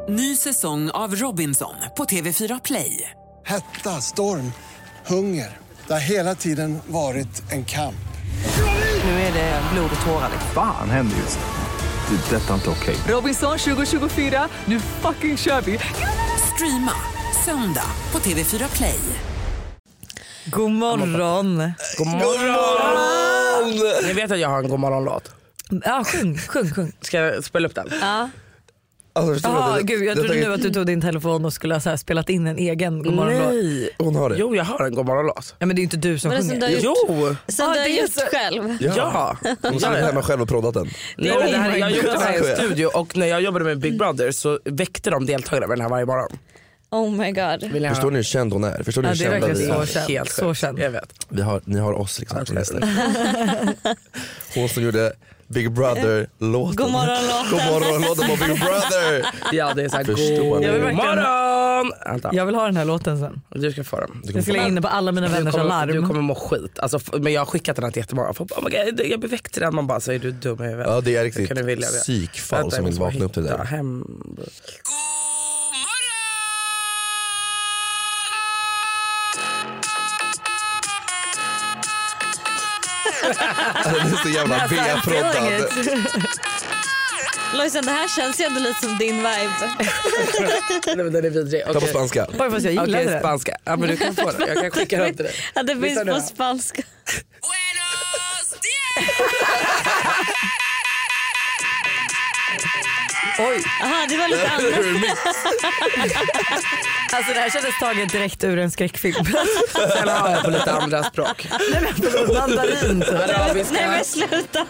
Ny säsong av Robinson på TV4 Play. Hetta, storm, hunger. Det har hela tiden varit en kamp. Nu är det blod och tårar. Fan händer just nu. Det. Detta är inte okej. Robinson 2024, nu fucking kör vi. Streama söndag på TV4 Play. God morgon. God morgon. Ni vet att jag har en god morgonlåt. Ja, sjung. Ska jag spela upp den? Ja. Alltså, Gud, jag trodde nu att du tog din telefon och skulle ha så här spelat in en egen god morgonlåt. Nej, hon har det. Jo, jag har en god morgonlåt. Ja, men det är ju inte du som sjunger. Jo. Som du har gjort själv. Ja. Hon sitter hemma själv och proddat den. Nej, men det här, jag gjorde det här i en studio och när jag jobbade med Big Brother så väckte de deltagarna med den här varje morgon. Oh my god. Förstår ni hur känd hon är? Förstår ni Ja, hur det är kända vi verkligen är? så känd. Helt Så känd. Jag vet. Ni har oss liksom. Hon som gjorde Big Brother-låten. God morgon-låten. God morgon-låten på Big Brother. Ja, det är så här Förstår ni? god morgon. Vänta. Jag vill ha den här låten sen. Du ska få den. Jag ska lägga in den på alla mina vänners alarm. Du kommer må skit. Alltså, men jag har skickat den här till jättemånga. Oh my God, jag blir väckt till den. Man bara säger du är dum. Jag vet. Ja, det är riktigt Kan ni vilja det? psykfall som vill vakna upp till det. Hem. Alltså, det är så jävla B-proddad. Lojsan, det här känns ju ändå lite som din vibe. Nej, men den är vidrig. Ta på spanska. Bara fast jag gillar det. Spanska. Ja, men du kan få den. Jag kan skicka den till dig. Ja, det finns på spanska. Oj. Aha, det var lite annat. Alltså det här kändes taget direkt ur en skräckfilm. Sen har jag på lite andra språk. Nej, men förlåt, mandarin typ. Arabiska. Nej, men sluta.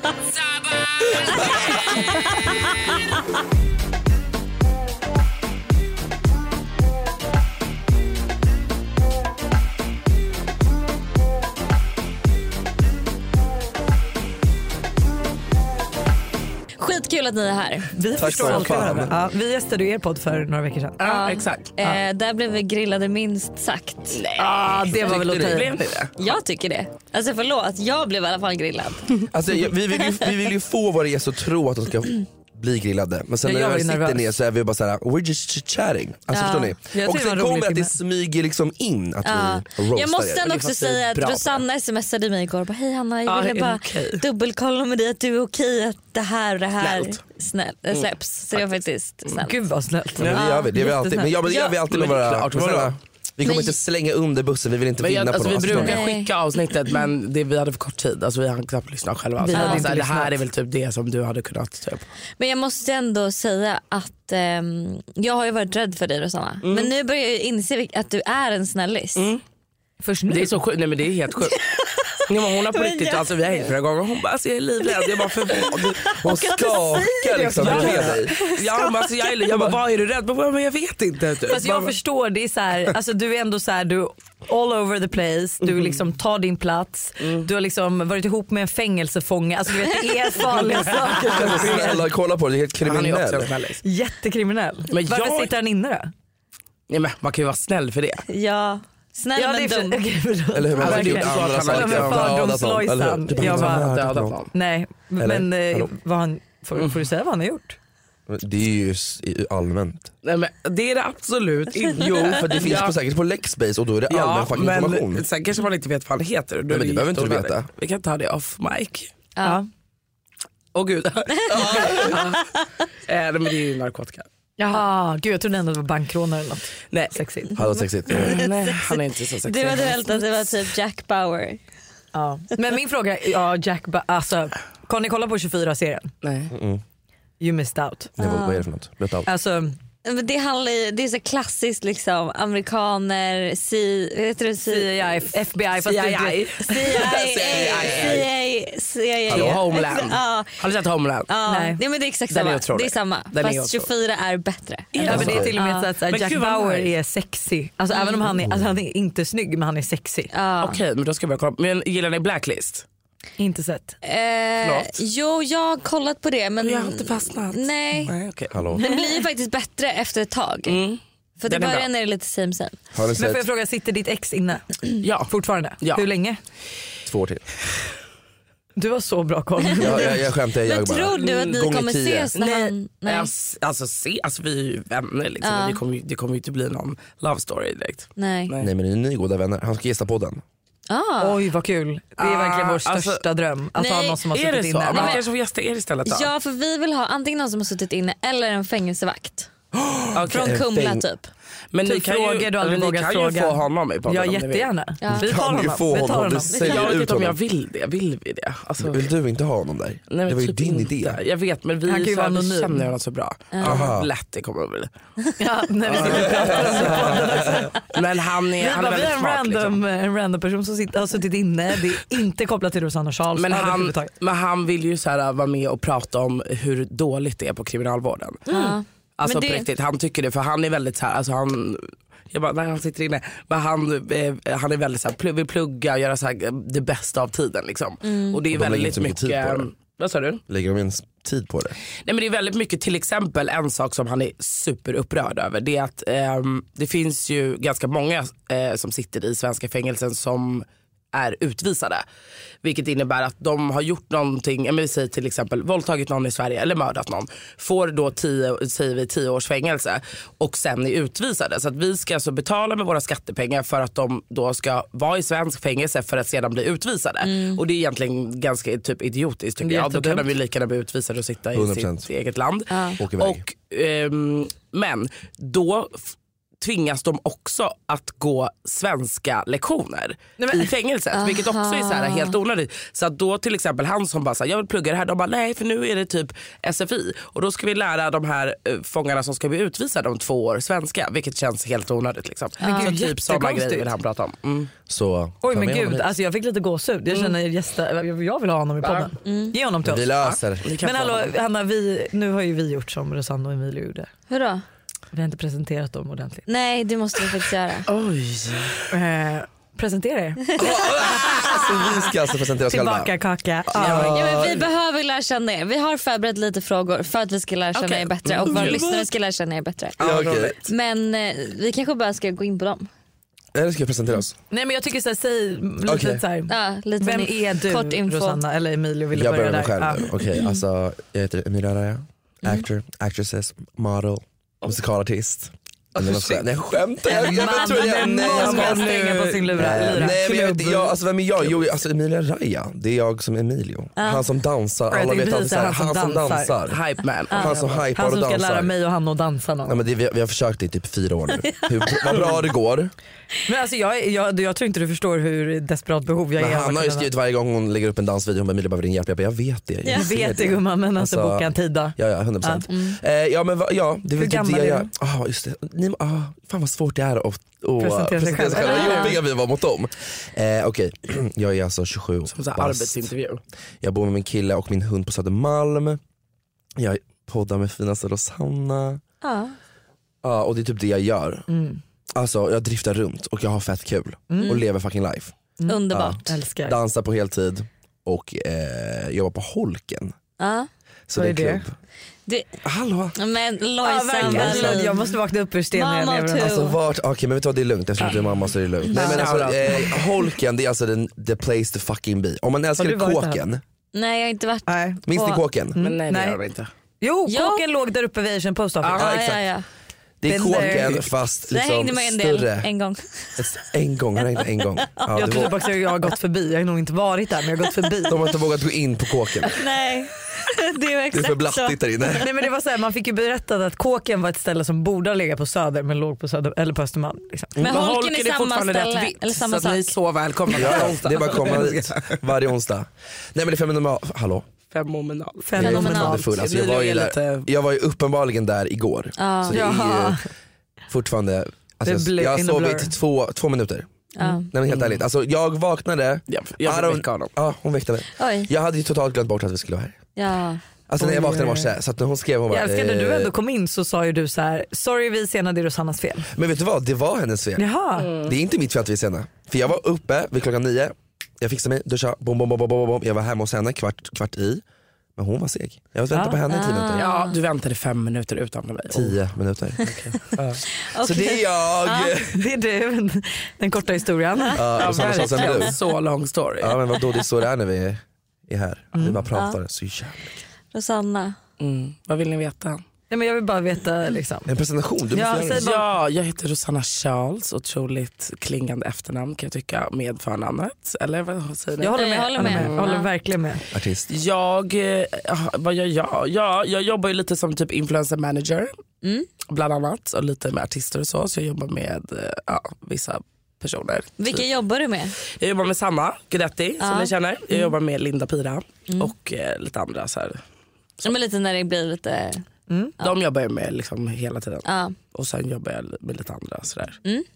Skitkul att ni är här. Vi förstår alltid varandra. Ja, vi gästade er podd för några veckor sedan. Ja, exakt. Där blev vi grillade minst sagt. Det var väl att ta i. Blev det? Jag tycker det. Alltså förlåt, jag blev i alla fall grillad. Alltså, vi vill ju få våra gäster att tro att de ska bli grillade. Men sen Ja, när jag vi var sitter nervös. ner så är vi bara såhär, we're just chit-chatting. Alltså Ja. förstår ni? Jag Och tycker det sen var en kommer rolig att det film. smyger liksom in att vi roastar Jag måste er. ändå också fast det är säga att bra. Rosanna smsade mig igår och bara, hej Hanna, jag Ja, ville är bara det okej? dubbelkolla med dig att du är okej att det här och det här släpps. Så det var faktiskt snällt. Gud vad snällt. Men det gör vi, det gör vi alltid. Men det gör vi alltid med Men det är våra... klart, med vadå? sådana- Vi kommer Men- inte slänga under bussen, vi vill inte Men vinna alltså, på vi något. brukar Nej. skicka avsnittet men vi hade för kort tid. Alltså, vi hann knappt lyssna själva. Vi Så hade här, inte det här lyssnat. är väl typ det som du hade kunnat typ. Men jag måste ändå säga att jag har ju varit rädd för dig, Rosanna. Men nu börjar jag inse att du är en snällis. Först nu. Det är så sjukt. Nej, men det är helt sjukt. Ja, men hon har på Men riktigt, jag- alltså vi har hängt flera gånger. Hon bara, alltså, jag är livrädd. Jag bara förvånad. Hon skakar liksom Ja. med dig. Ja, men alltså, jag bara, vad är du rädd? Men jag vet inte. Typ. Fast jag förstår, det är så här, alltså du är ändå så här, du all over the place, du liksom tar din plats, du har liksom varit ihop med en fängelsefånge, alltså du vet det är farliga saker som sker. Snälla, kolla på det, det är helt Han är också en kriminell. snällis. Jättekriminell. Men Varför jag- sitter han inne då? Nej, men man kan ju vara snäll för det. Ja, snäll Ja, det är men dum. okej, förlåt. Eller hur, man har Verkligen. gjort andra Ja, saker. men Dödat någon, eller fördomslojsan. hur? Jag bara- Dödat Dödat någon. någon. Nej, Eller? men Hallå? vad han, får du säga vad han har gjort? Det är ju allmänt. Nej, men det är det absolut inte. Jo, för det finns säkert på Lexbase och då är det allmän fucking information. men sen kanske man inte vet vad han heter. Då Nej, är men det behöver inte du jätteonödigt. veta. Vi kan ta det off mic. Ja. Åh gud. Nej, men det är ju narkotika. Jaha, gud jag trodde ändå det var bankrånare eller något. Nej. Sexigt. Hallå, sexigt. Nej, han är inte så sexig. Du hade vält att det var typ Jack Bauer. Ja. Men min fråga, alltså kan ni kolla på 24-serien? Nej. You missed out. Nej, vad är det för något? Berätta allt. Alltså, Men det är så klassiskt liksom, amerikaner, CIA, FBI, fast Hallå, Homeland. Ja. Har du sett Homeland? Nej. Nej, men det är exakt Den är samma. otrolig. Det är samma. Den är Fast otrolig. 24 är bättre. Ja, men det är till och med så att Men Jack gud, vad Bauer nice. är sexy. Alltså även om han är inte snygg, men han är sexy. Okej, men då ska vi kolla. Men gillar ni Blacklist? Inte sett. Jo, jag har kollat på det men Jag har inte fastnat. Nej. Nej, okej. Hallå. Den blir ju faktiskt bättre efter ett tag. För det Den är början bra. är det lite same. Har ni Men får jag sett fråga, sitter ditt ex inne Ja. fortfarande? Ja. Hur länge? 2 år till? Du har så bra koll. Jag skämtar, Men jag bara. tror du att ni Gånger kommer 10. ses när han... Nej. Alltså vi är ju vänner liksom. Det kommer ju inte bli någon love story direkt. Nej. Nej, men ni är goda vänner. Han ska gästa podden. Oj vad kul. Det är verkligen vår största dröm. Att ha någon som har Är det suttit så? inne. Man kanske får gästa er istället då? Ja, för vi vill ha antingen någon som har suttit inne eller en fängelsevakt. Okay. Från Kumla typ. Men Typ ni kan frågor ju, du aldrig vågat kan fråga. ju få honom i podden. Ja, om ni vill. jättegärna. Ja. Vi tar Kan vi honom. få Vi tar honom? honom. Sälj Jag vet ut inte om jag honom. vill det. Vill vi det? Alltså, Vill du inte ha honom där? nej, men Det var ju typ din inte. idé. Jag vet, men vi Han kan ju vara anonym. känner honom så bra. Aha. Lätt det kommer att bli. Ja, när vi sitter och pratar om det. Men han är Vi väldigt är smart. Liksom. en random person som har suttit inne. Det är inte kopplat till Rosanna Charles. Men han vill ju så här vara med och prata om hur dåligt det är på kriminalvården. Alltså Men på riktigt, han tycker det, för han är väldigt så här, alltså jag bara, när han sitter inne, men han är väldigt så här, vill plugga, göra så här, det bästa av tiden liksom. Och det är Och de lägger väldigt inte så mycket tid mycket. på det. Vad sa du? Lägger de ens tid på det? Nej, men det är väldigt mycket, till exempel en sak som han är superupprörd över, det är att det finns ju ganska många som sitter i svenska fängelsen som är utvisade. Vilket innebär att de har gjort någonting, jag vill säga till exempel våldtagit någon i Sverige eller mördat någon. Får då 10 års fängelse och sen är utvisade. Så att vi ska alltså betala med våra skattepengar för att de då ska vara i svensk fängelse för att sedan bli utvisade. Och det är egentligen ganska typ idiotiskt tycker jag. Då kan de ju lika gärna bli utvisade och sitta i 100%. sitt eget land. Åk iväg. Och, men då tvingas de också att gå svenska lektioner i fängelset, vilket också är så här helt onödigt. Så att då till exempel han som bara säger jag vill plugga det här, de bara nej för nu är det typ SFI och då ska vi lära de här fångarna som ska bli utvisade om 2 år svenska, vilket känns helt onödigt liksom. Så typ sådana grejer vill han prata om. Så, oj men gud, alltså jag fick lite gåshud. Jag känner jag vill ha honom i podden. Ge honom till oss. Vi löser. Men hallå Hanna, nu har ju vi gjort som Rosanna och Emilio gjorde. Hur då? Vi har inte presenterat dem ordentligt. Nej, det måste vi faktiskt göra. Oj. Presentera er. Så vi ska alltså presentera oss själva. Tillbaka kaka. Ja, men vi behöver lära känna er. Vi har förberett lite frågor för att vi ska lära känna er bättre och våra lyssnare ska lära känna er bättre. Ja, okay. Men vi kanske bara ska gå in på dem. Eller ska jag presentera oss? Nej men jag tycker så här, säg lite så här. Ja, lite vem är du kort info. Rosanna eller Emilio, vill du Jag börja börjar där? mig själv. Okej, alltså jag heter Emilio Araya. Actor, actresses, model, musikalartist. Nej jag skämtar. Jag tror jag många strängar på sin lyra. Nej men alltså vem är jag? Jo, alltså Emilio Araya. Det är jag som Emilio. Han som dansar. Alla vet att han som dansar. Hype man. Han som hypar Han och som ska dansar. lära mig och han att dansa någon. Ja, men vi har försökt i typ 4 år nu. Vad bra det går. Men alltså jag tror inte du förstår hur desperat behov jag Men är. han har ju skrivit varje gång hon lägger upp en dansvideo. Hon bara Emilio behöver din hjälp. Jag vet det. Jag vet det gumman, men alltså boka en tid då. Ja 100%. Ja men det är väl typ det jag. Just det. Fan vad svårt det är att presentera sig själv. Vad jobbiga vi var mot dem. Okej, jag är alltså 27 Som så här arbetsintervju. Jag bor med min kille och min hund på Södermalm. Jag poddar med finaste Rosanna. Ja, och det är typ det jag gör. Alltså jag driftar runt och jag har fett kul och lever fucking life. Underbart. Älskar. Dansar på heltid och jobbar på Holken. Så Vad det är är det? klubb. Men Lojsan verkligen. Jag måste vakna upp ur stenen. Mamma too. Alltså okej men vet du vad, det är lugnt eftersom du är mamma så är det lugnt. Nej men alltså Holken det är alltså the place to fucking be. Om man älskar Kåken. Nej jag har inte varit. Minns ni Kåken? Men nej det gör vi inte. Jo, Kåken låg där uppe vid Asian Post Office. Ja, exakt. Ja. Det är Kåken fast Jag hängde liksom med en del större. en gång. En gång, han hängde en gång. Ja, Jag trodde också att jag har gått förbi. Jag har nog inte varit där men jag har gått förbi. de har inte vågat gå in på Kåken. Nej. Det var Det är exakt för blattigt där inne. Nej men det var så här, man fick ju berättat att Kåken var ett ställe som borde ha legat på Söder men låg på Söder eller på Östermalm liksom. Men Holken är samma fortfarande ställe rätt vitt, eller samma så att ni är sak. så välkomna. Ja, det är bara att komma dit varje onsdag. Nej men det är fenomenalt. Hallå? Fenomenal. Jag är fortfarande full. Alltså, jag var ju uppenbarligen där igår. Så det är ju fortfarande alltså, jag har sovit 2 minuter. Nej men helt ärligt, alltså jag vaknade. Jag väcka honom. Ja hon väckte mig. Oj. Jag hade ju totalt glömt bort att vi skulle vara här. Ja. Alltså när jag vaknade i morse, så att när hon skrev hon bara, Jag älskade du ändå kom in så sa ju du så här: sorry vi är sena, det är Rosannas fel. men vet du vad, det var hennes fel. Jaha. Det är inte mitt fel att vi är sena. För jag var uppe vid klockan 9. Jag fixade mig, duscha, bom. Jag var hemma hos henne kvart i. Men hon var seg. Jag väntade på henne i 10 minuter. Ja, du väntade 5 minuter utanför mig. 10 minuter. Så det är jag. Det är du, den korta historien. Ja, och så Så lång story. ja men vadå, det är så det är när vi är här. Vi bara pratar så jävla. Rosanna. Vad vill ni veta? Nej, men jag vill bara veta liksom. En presentation, du måste Ja, jag heter Rosanna Charles, otroligt klingande efternamn kan jag tycka, med förnamnet. Eller vad säger ni? Jag håller med. Jag håller verkligen med. artist. Vad gör jag? Jag jobbar ju lite som typ influencer manager bland annat, och lite med artister och så jag jobbar med vissa personer. Vilka jobbar du med? Jag jobbar med Sanna Guidetti som ni känner. Jag jobbar med Linda Pira och lite andra så här. Men lite när det blir lite... De jobbar jag med liksom hela tiden. Och sen jobbar jag med lite andra sådär.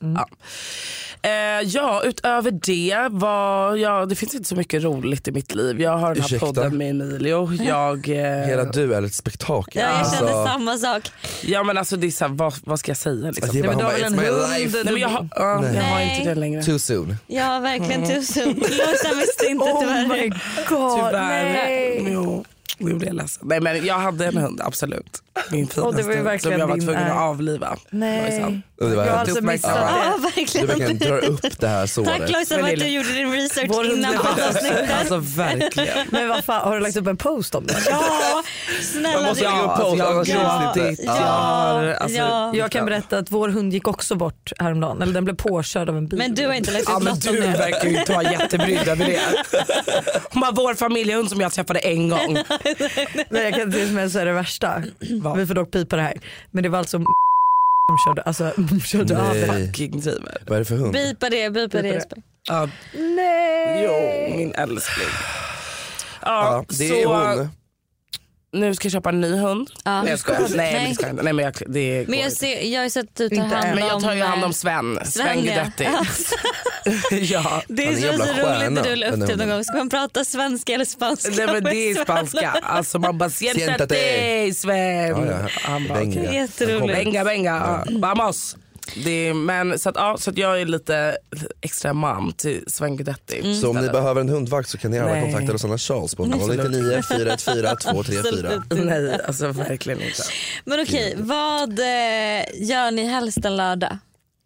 Utöver det det finns inte så mycket roligt i mitt liv. Jag har den här podden med Emilio. Hela du är ett spektakel. Ja, jag känner samma sak. Ja, men alltså det är så här, vad ska jag säga liksom? Det är bara, men it's my life. Nej, men jag har inte det längre. Too soon. Ja, verkligen tusen. Lojsan visste inte tyvärr. Oh my god, Tyvärr. Jo. Nu blir jag ledsen. Nej, men jag hade en hund, absolut. Min finaste det var ju hund som jag var tvungen att avliva. Nej. Det var Jag har alltså missat det. Ja, Du verkligen. verkligen drar upp det här såret. Tack Lojsan för att du gjorde din research innan poddavsnittet. Alltså verkligen. Men vad fan, har du lagt upp en post om det? Ja, snälla. Man måste lägga upp post, annars Ja. känns det inte. Ja. Jag kan berätta att vår hund gick också bort häromdagen. Eller den blev påkörd av en bil. Men du har inte lagt upp Men något om du det. verkar ju inte vara jättebrydd över det. Hon var vår familjehund som jag träffade en gång. Nej, jag kan inte säga så är det värsta. Vi får dock pipa det här. Men det var alltså som körde av det. Fucking driver. Vad är det för hund? Bipa det Jesper. Ja. Nej. Jo, min älskling. Ja, det är hon. Nu ska jag köpa en ny hund. Ja. Nej, jag skojar. Nej, men jag det Men går jag har sett att du tar Inte hand om... Men jag tar ju hand om Sven Guidetti. Ja. Det Han är är jävla så roligt stjärna, när du la upp den det någon hunden. gång. Ska man prata svenska eller spanska? Nej, men det är spanska. Alltså man bara siéntate Sven. Ja. Han bara, Benga. okej. Jätteroligt. Benga. Vamos. Men så att jag är lite extra mam till Sven Guidetti. Så om ni behöver en hundvakt så kan ni gärna Nej. kontakta Rosanna Charles på 099 414 234. Nej, alltså verkligen inte. Men okej, vad gör ni helst en lördag?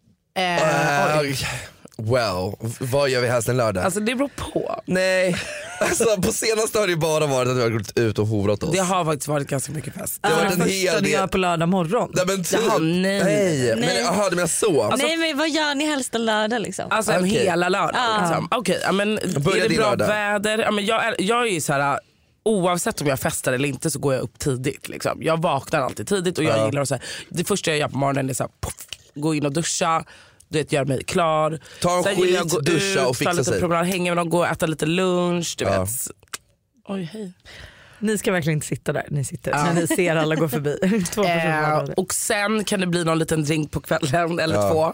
Vad gör vi helst en lördag? Alltså det beror på. Nej, alltså på senaste har det ju bara varit att vi har gått ut och hovrat oss. Det har faktiskt varit ganska mycket fest. Det har varit Det en första hel du gör del. på lördag morgon. Nej men typ. Jaha, nej. Men jaha, du menar så? Nej men vad gör ni helst en lördag liksom? Alltså en Okej. hela lördag liksom. Okej, men Börjar är det din bra lördag? väder? Ja, men jag är ju så här. Oavsett om jag festar eller inte så går jag upp tidigt liksom. Jag vaknar alltid tidigt och jag gillar att så här, det första jag gör på morgonen är så här, gå in och duscha. Du vet, gör mig klar. Ta en Sen gillar jag skit, gå duscha ut, och fixa ta lite sig. promenad, hänga med dem, gå och äta lite lunch. Du vet. Oj, hej. Ni ska verkligen inte sitta där. Ni sitter när ni ser alla gå förbi. 2 personer. Och sen kan det bli någon liten drink på kvällen eller 2.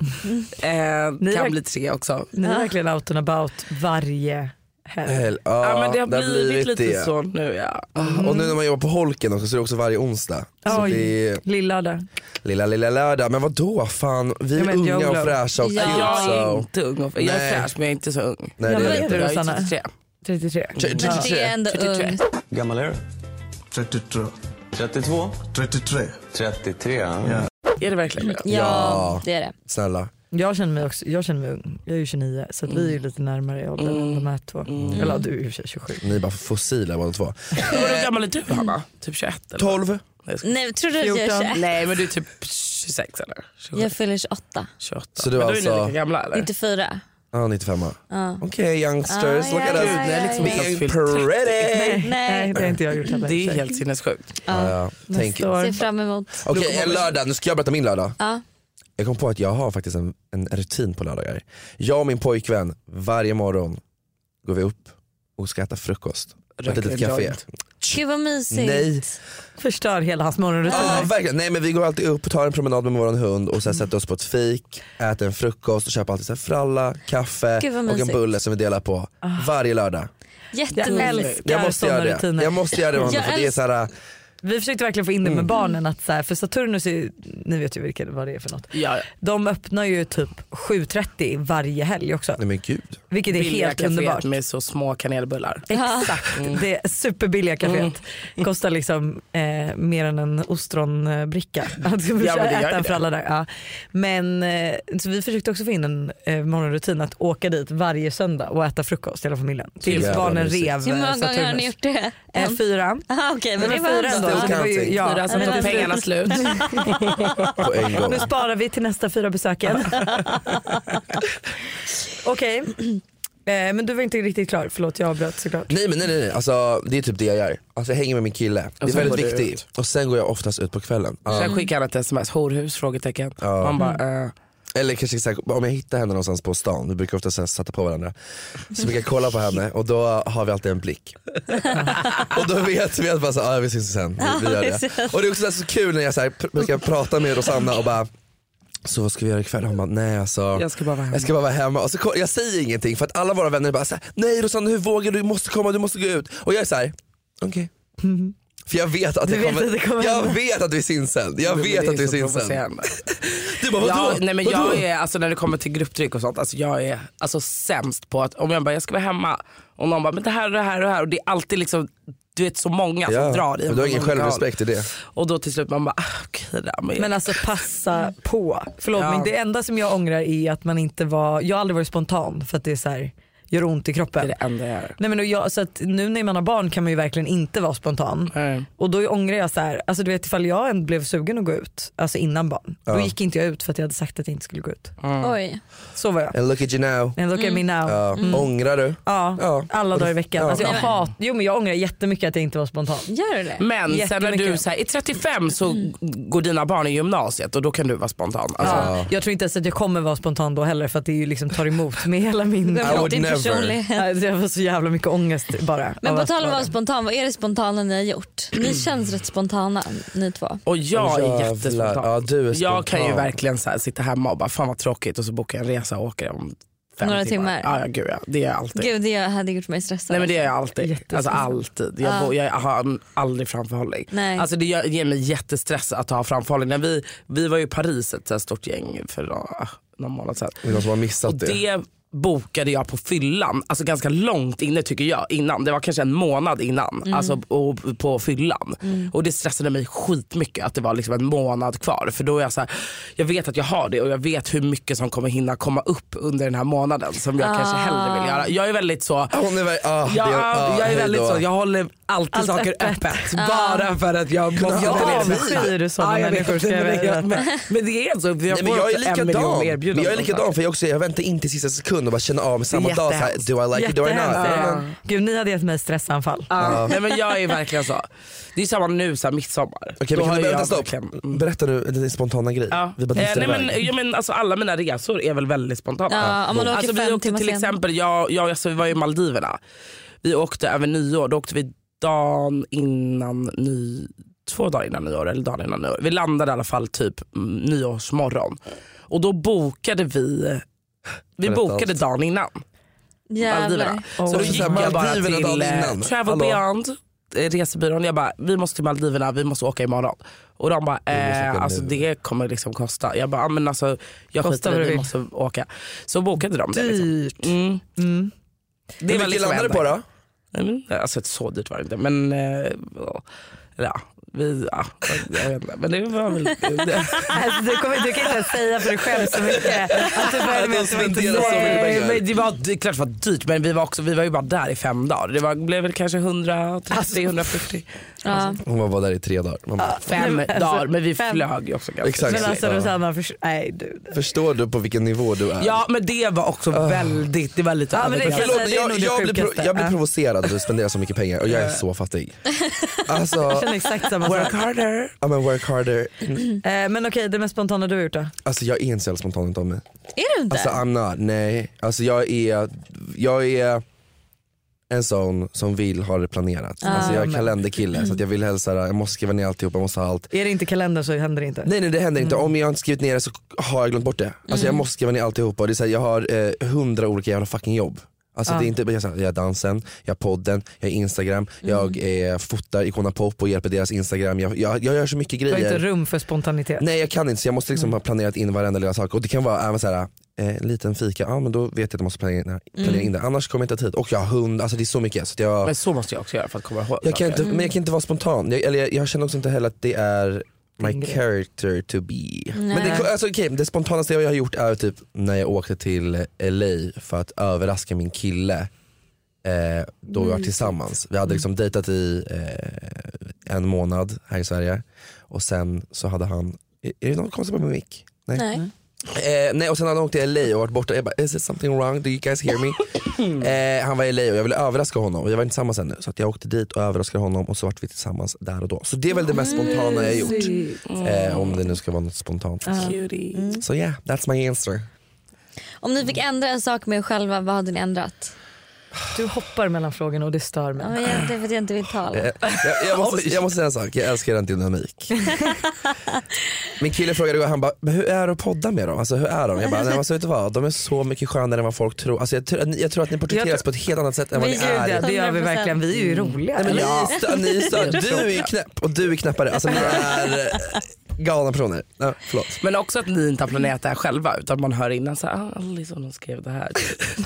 Kan bli 3 också. Ni är verkligen out and about varje helg. Ja, men det har det blivit lite det. så nu. Ja. Och nu när man jobbar på Holken också så är det också varje onsdag. Så Oj, det är lillördag. lilla lördag. Men vad då fan? Vi är Ja, men unga YOLO. och fräscha och Ja. cute, Jag är så. inte ung. Jag är Nej. fräsch men jag är inte så ung. Nej, Ja, det men är är det du, inte. Jag är Rosanna? 33. 33. Det är ändå 33. ung. Gammal är du? 32. 32? 33. 33, ja. Är det verkligen det? Ja, det är det. Snälla. Jag känner mig ung. Jag är ju 29 så att vi är ju lite närmare i åldern än de här två. Eller du är ju 27. Ni är bara fossila båda två. Hur gammal är du, Hanna? Typ 21 eller? 12. Nej, tror du att jag är 14? 21? Nej men du är typ 26 eller? 27, Jag fyller 28. 28. Så du men var då är ni alltså- lika gamla eller? 94. Ja, 95. Okej, youngsters, look at us. Det är liksom inte ens Being fyllt 30. pretty. Nej, det har inte jag gjort heller. Det är helt sinnessjukt. Ja, tänk. Nästa år. Ser fram emot. Okej, en lördag. Nu ska jag berätta min lördag. Ja. Jag kom på att jag har faktiskt en rutin på lördagar. Jag och min pojkvän, varje morgon går vi upp och ska äta frukost på ett Röker litet en café. joint. Gud vad mysigt. Nej. Förstör hela hans morgonrutin. Ja, verkligen. Nej, men vi går alltid upp och tar en promenad med vår hund och sen sätter oss på ett fik, äter en frukost och köper alltid så här fralla, kaffe Gud, vad och en mysigt. bulle som vi delar på varje lördag. Jag Jättemysigt. älskar Jag måste sådana göra det. rutiner. Jag måste göra det med honom, för det är så här. Vi försökte verkligen få in det med barnen att så här, för Saturnus är ju, ni vet ju vad det är för något. Ja. De öppnar ju typ 7:30 varje helg också. Nej men gud. Vilket är billiga helt kaféet underbart. med så små kanelbullar. Exakt, det är superbilliga kaféet. Kostar liksom mer än en ostronbricka. Alltså, Ja, men det gör äta det. för alla där. Ja. Men så vi försökte också få in en morgonrutin att åka dit varje söndag och äta frukost hela familjen. Tills Jävla barnen mysigt. rev Hur många gånger har ni gjort det? 4. Okej, men det var var 4 ändå. ändå. Så det var ju, Still Fyra, sen men tog till pengarna slut- slut. På en gång. Nu sparar vi till nästa 4 besöken. Okej. Men du var inte riktigt klar, förlåt jag avbröt såklart. Nej. Alltså, det är typ det jag gör. Alltså, jag hänger med min kille. Det är sen väldigt går du viktigt. Och sen går jag oftast ut på kvällen. Sen skickar han ett sms, horhus? Frågetecken. Man bara, Eller kanske så här, om jag hittar henne någonstans på stan, vi brukar ofta så här, sätta på varandra, så brukar jag kolla på henne och då har vi alltid en blick. Och då vet vi att bara så, vi syns sen, vi gör det. Och det är också så kul när jag så här, brukar prata med Rosanna och bara, så vad ska vi göra ikväll? Han bara, nej alltså, jag ska bara vara hemma. jag ska bara vara hemma. Och så, jag säger ingenting för att alla våra vänner bara så här, nej Rosanna hur vågar du, måste komma, du måste gå ut. Och jag är så här, okej. För jag vet att jag vet att vi syns sen. Jag vet att vi syns sen. Du bara, vadå? Nej, men jag är, alltså, när det kommer till grupptryck och sånt, alltså, jag är alltså sämst på att om jag bara, jag ska vara hemma och någon bara, men det här och det här och det här, och det är alltid liksom, du vet så många som drar i. Men du har ingen självrespekt i det. Och då till slut man bara, okej där. Men alltså passa på. Förlåt Ja. men det enda som jag ångrar är att man inte var, jag har aldrig varit spontan för att det är så här, gör ont i kroppen. Det är det enda jag gör. Nej men så att nu när man har barn kan man ju verkligen inte vara spontan. Och då ångrar jag så här, alltså du vet ifall jag än blev sugen att gå ut, alltså innan barn, då gick inte jag ut för att jag hade sagt att jag inte skulle gå ut. Oj. Så var jag. And look at you now. And look at me now. Ångrar du? Ja, alla dagar i veckan. Ja. Alltså men jag ångrar jättemycket att jag inte var spontan. Gör du det? Men sen när du så här, är 35 så går dina barn i gymnasiet och då kan du vara spontan. Alltså, Ja. Jag tror inte ens att jag kommer vara spontan då heller för att det ju liksom tar emot med hela min... would Din never. personlighet. Jag får så jävla mycket ångest bara. Men av på att tal om att vara- vara spontan, vad är det spontana ni har gjort? Ni känns rätt spontana ni två. och jag är Jävlar. jättespontan. Ja, du är Jag kan ju spontan. verkligen så här, sitta hemma och bara, fan vad tråkigt, och så bokar jag en resa och åker om 5 Några timmar. Ja, gud ja, det är jag alltid. Gud, det hade gjort mig stressad. Nej men det är jag alltid, alltså alltid. Jag har aldrig framförhållning. Nej. Alltså det ger mig jättestress att ha framförhållning. När vi var ju i Paris ett så här stort gäng för någon månad sedan. Det är någon som har missat Och det. det bokade jag på fyllan, alltså ganska långt inne tycker jag, innan. Det var kanske en månad innan, alltså och på fyllan. Och det stressade mig skitmycket att det var liksom en månad kvar. För då är jag så här, jag vet att jag har det och jag vet hur mycket som kommer hinna komma upp under den här månaden som jag kanske hellre vill göra. Jag är väldigt så, Hon är jag är väldigt hejdå. så, jag håller alltid Allt saker öppet. öppet. Bara för att jag måste Jag ha avskyr sådana jag vet, människor ska jag veta. men det är så, jag Nej, men får jag är också 1 miljon likadan. erbjudanden. Men jag är likadan för jag väntar in till sista sekund och bara känner av med samma dag så här, jättehemskt. do I like it, do I not? Jättehemskt. Gud ni hade gett mig stressanfall. Nej men jag är verkligen så. Det är samma nu så här, midsommar. Okej, Då men har kan du jag berätta, stopp. verkligen- Berätta nu din spontana grej. Ja. Vi bara driftar Nej, men, iväg. men alltså, alla mina resor är väl väldigt spontana. Ja, om man åker Alltså, vi 5 åkte timmar till sen. exempel, vi var i Maldiverna. Vi åkte över nyår, då åkte vi dagen innan 2 dagar innan nyår eller dagen innan nyår. Vi landade i alla fall typ nyårsmorgon. Och då bokade vi Berätta bokade allt. dagen innan Maldiverna. Jävlar. Så då gick jag bara Maldiverna dagen till innan. Travel Hallå? Beyond, resebyrån. Jag bara, vi måste till Maldiverna, vi måste åka imorgon. Och de bara, måste åka alltså nu. det kommer liksom kosta. Jag bara, men alltså jag Kosta skiter vad i du det, vi vill. måste åka. Så bokade de det liksom. Dyrt. Det Hur mycket liksom landade du på då? Alltså så dyrt var det inte. Men ja, jag vet inte. Men det var väl Alltså, du kan inte säga för dig själv så mycket. Att du började med att det var inte spenderar så mycket Nej, pengar. men det är klart det var dyrt, men vi var ju bara där i 5 dagar. Det blev väl kanske 130-140. Ja. Hon var där i 3 dagar. Man bara, 5 men alltså, dagar, men vi 5. flög ju också ganska Exakt. Men mycket. alltså Rosanna, nej du. förstår du på vilken nivå du är? Ja men det var också väldigt, det var lite Ja, men det är övergräns. klart. Förlåt, det är nog det sjukaste. jag blir Ja. provocerad att du spenderar så mycket pengar och jag är så fattig. Alltså, Jag känner exakt samma sak. Work harder. ja men work harder. Men okej, det mest spontana du har gjort då? Alltså jag är inte så jävla spontan utav mig. Är du inte? Alltså I'm not, nej. Alltså jag är en sån som vill ha det planerat. Alltså jag är kalenderkille så att jag vill hälsa, jag måste skriva ner alltihop, jag måste ha allt. Är det inte kalender så händer det inte. Nej det händer inte, om jag inte skrivit ner det så har jag glömt bort det. Alltså jag måste skriva ner alltihopa och det är så här, jag har 100 olika jävla fucking jobb. Alltså det är inte, jag har dansen, jag har podden, jag har Instagram, jag fotar Icona Pop och hjälper deras Instagram, jag gör så mycket Du har grejer. inte rum för spontanitet. Nej jag kan inte, så jag måste liksom ha planerat in varenda lilla sak. Och det kan vara även så här, en liten fika, ja men då vet jag att jag måste planera in det. Annars kommer jag inte ha tid. Och jag har hund, alltså det är så mycket så att jag... Men så måste jag också göra för att komma ihåg. Jag kan inte vara spontan. Jag känner också inte heller att det är my character to be. Men det spontanaste jag har gjort är typ när jag åkte till LA för att överraska min kille. Då vi var tillsammans. Vi hade liksom dejtat i en månad här i Sverige. Och sen så hade han... Är det något konstigt med mick? Nej. Nej, och sen hade han åkt till LA och varit borta. Jag bara, is it something wrong? Do you guys hear me? Han var i LA och jag ville överraska honom. Och jag var inte tillsammans ännu. Så att jag åkte dit och överraskade honom. Och så vart vi tillsammans där och då. Så det är väl det mest spontana jag har gjort. Om det nu ska vara något spontant. Så yeah, that's my answer. Om ni fick ändra en sak med er själva, vad hade ni ändrat? Du hoppar mellan frågorna och det stör mig. Det är för att jag inte vill tala. Jag måste säga en sak, jag älskar den dynamik. Min kille frågade, han bara, men hur är det att podda med dem? Alltså hur är de? Jag bara, nej, alltså, vet du vad? De är så mycket skönare än vad folk tror. Alltså, jag tror att ni porträtteras på ett helt annat sätt än vad ni är. Det gör vi verkligen, vi är ju roliga. Nej, men ni är stör. Du är knäpp och du är knäppare. Alltså ni är galna personer. Ja, förlåt. Men också att ni inte har planerat det här själva, utan man hör innan så här, liksom de skrev det här.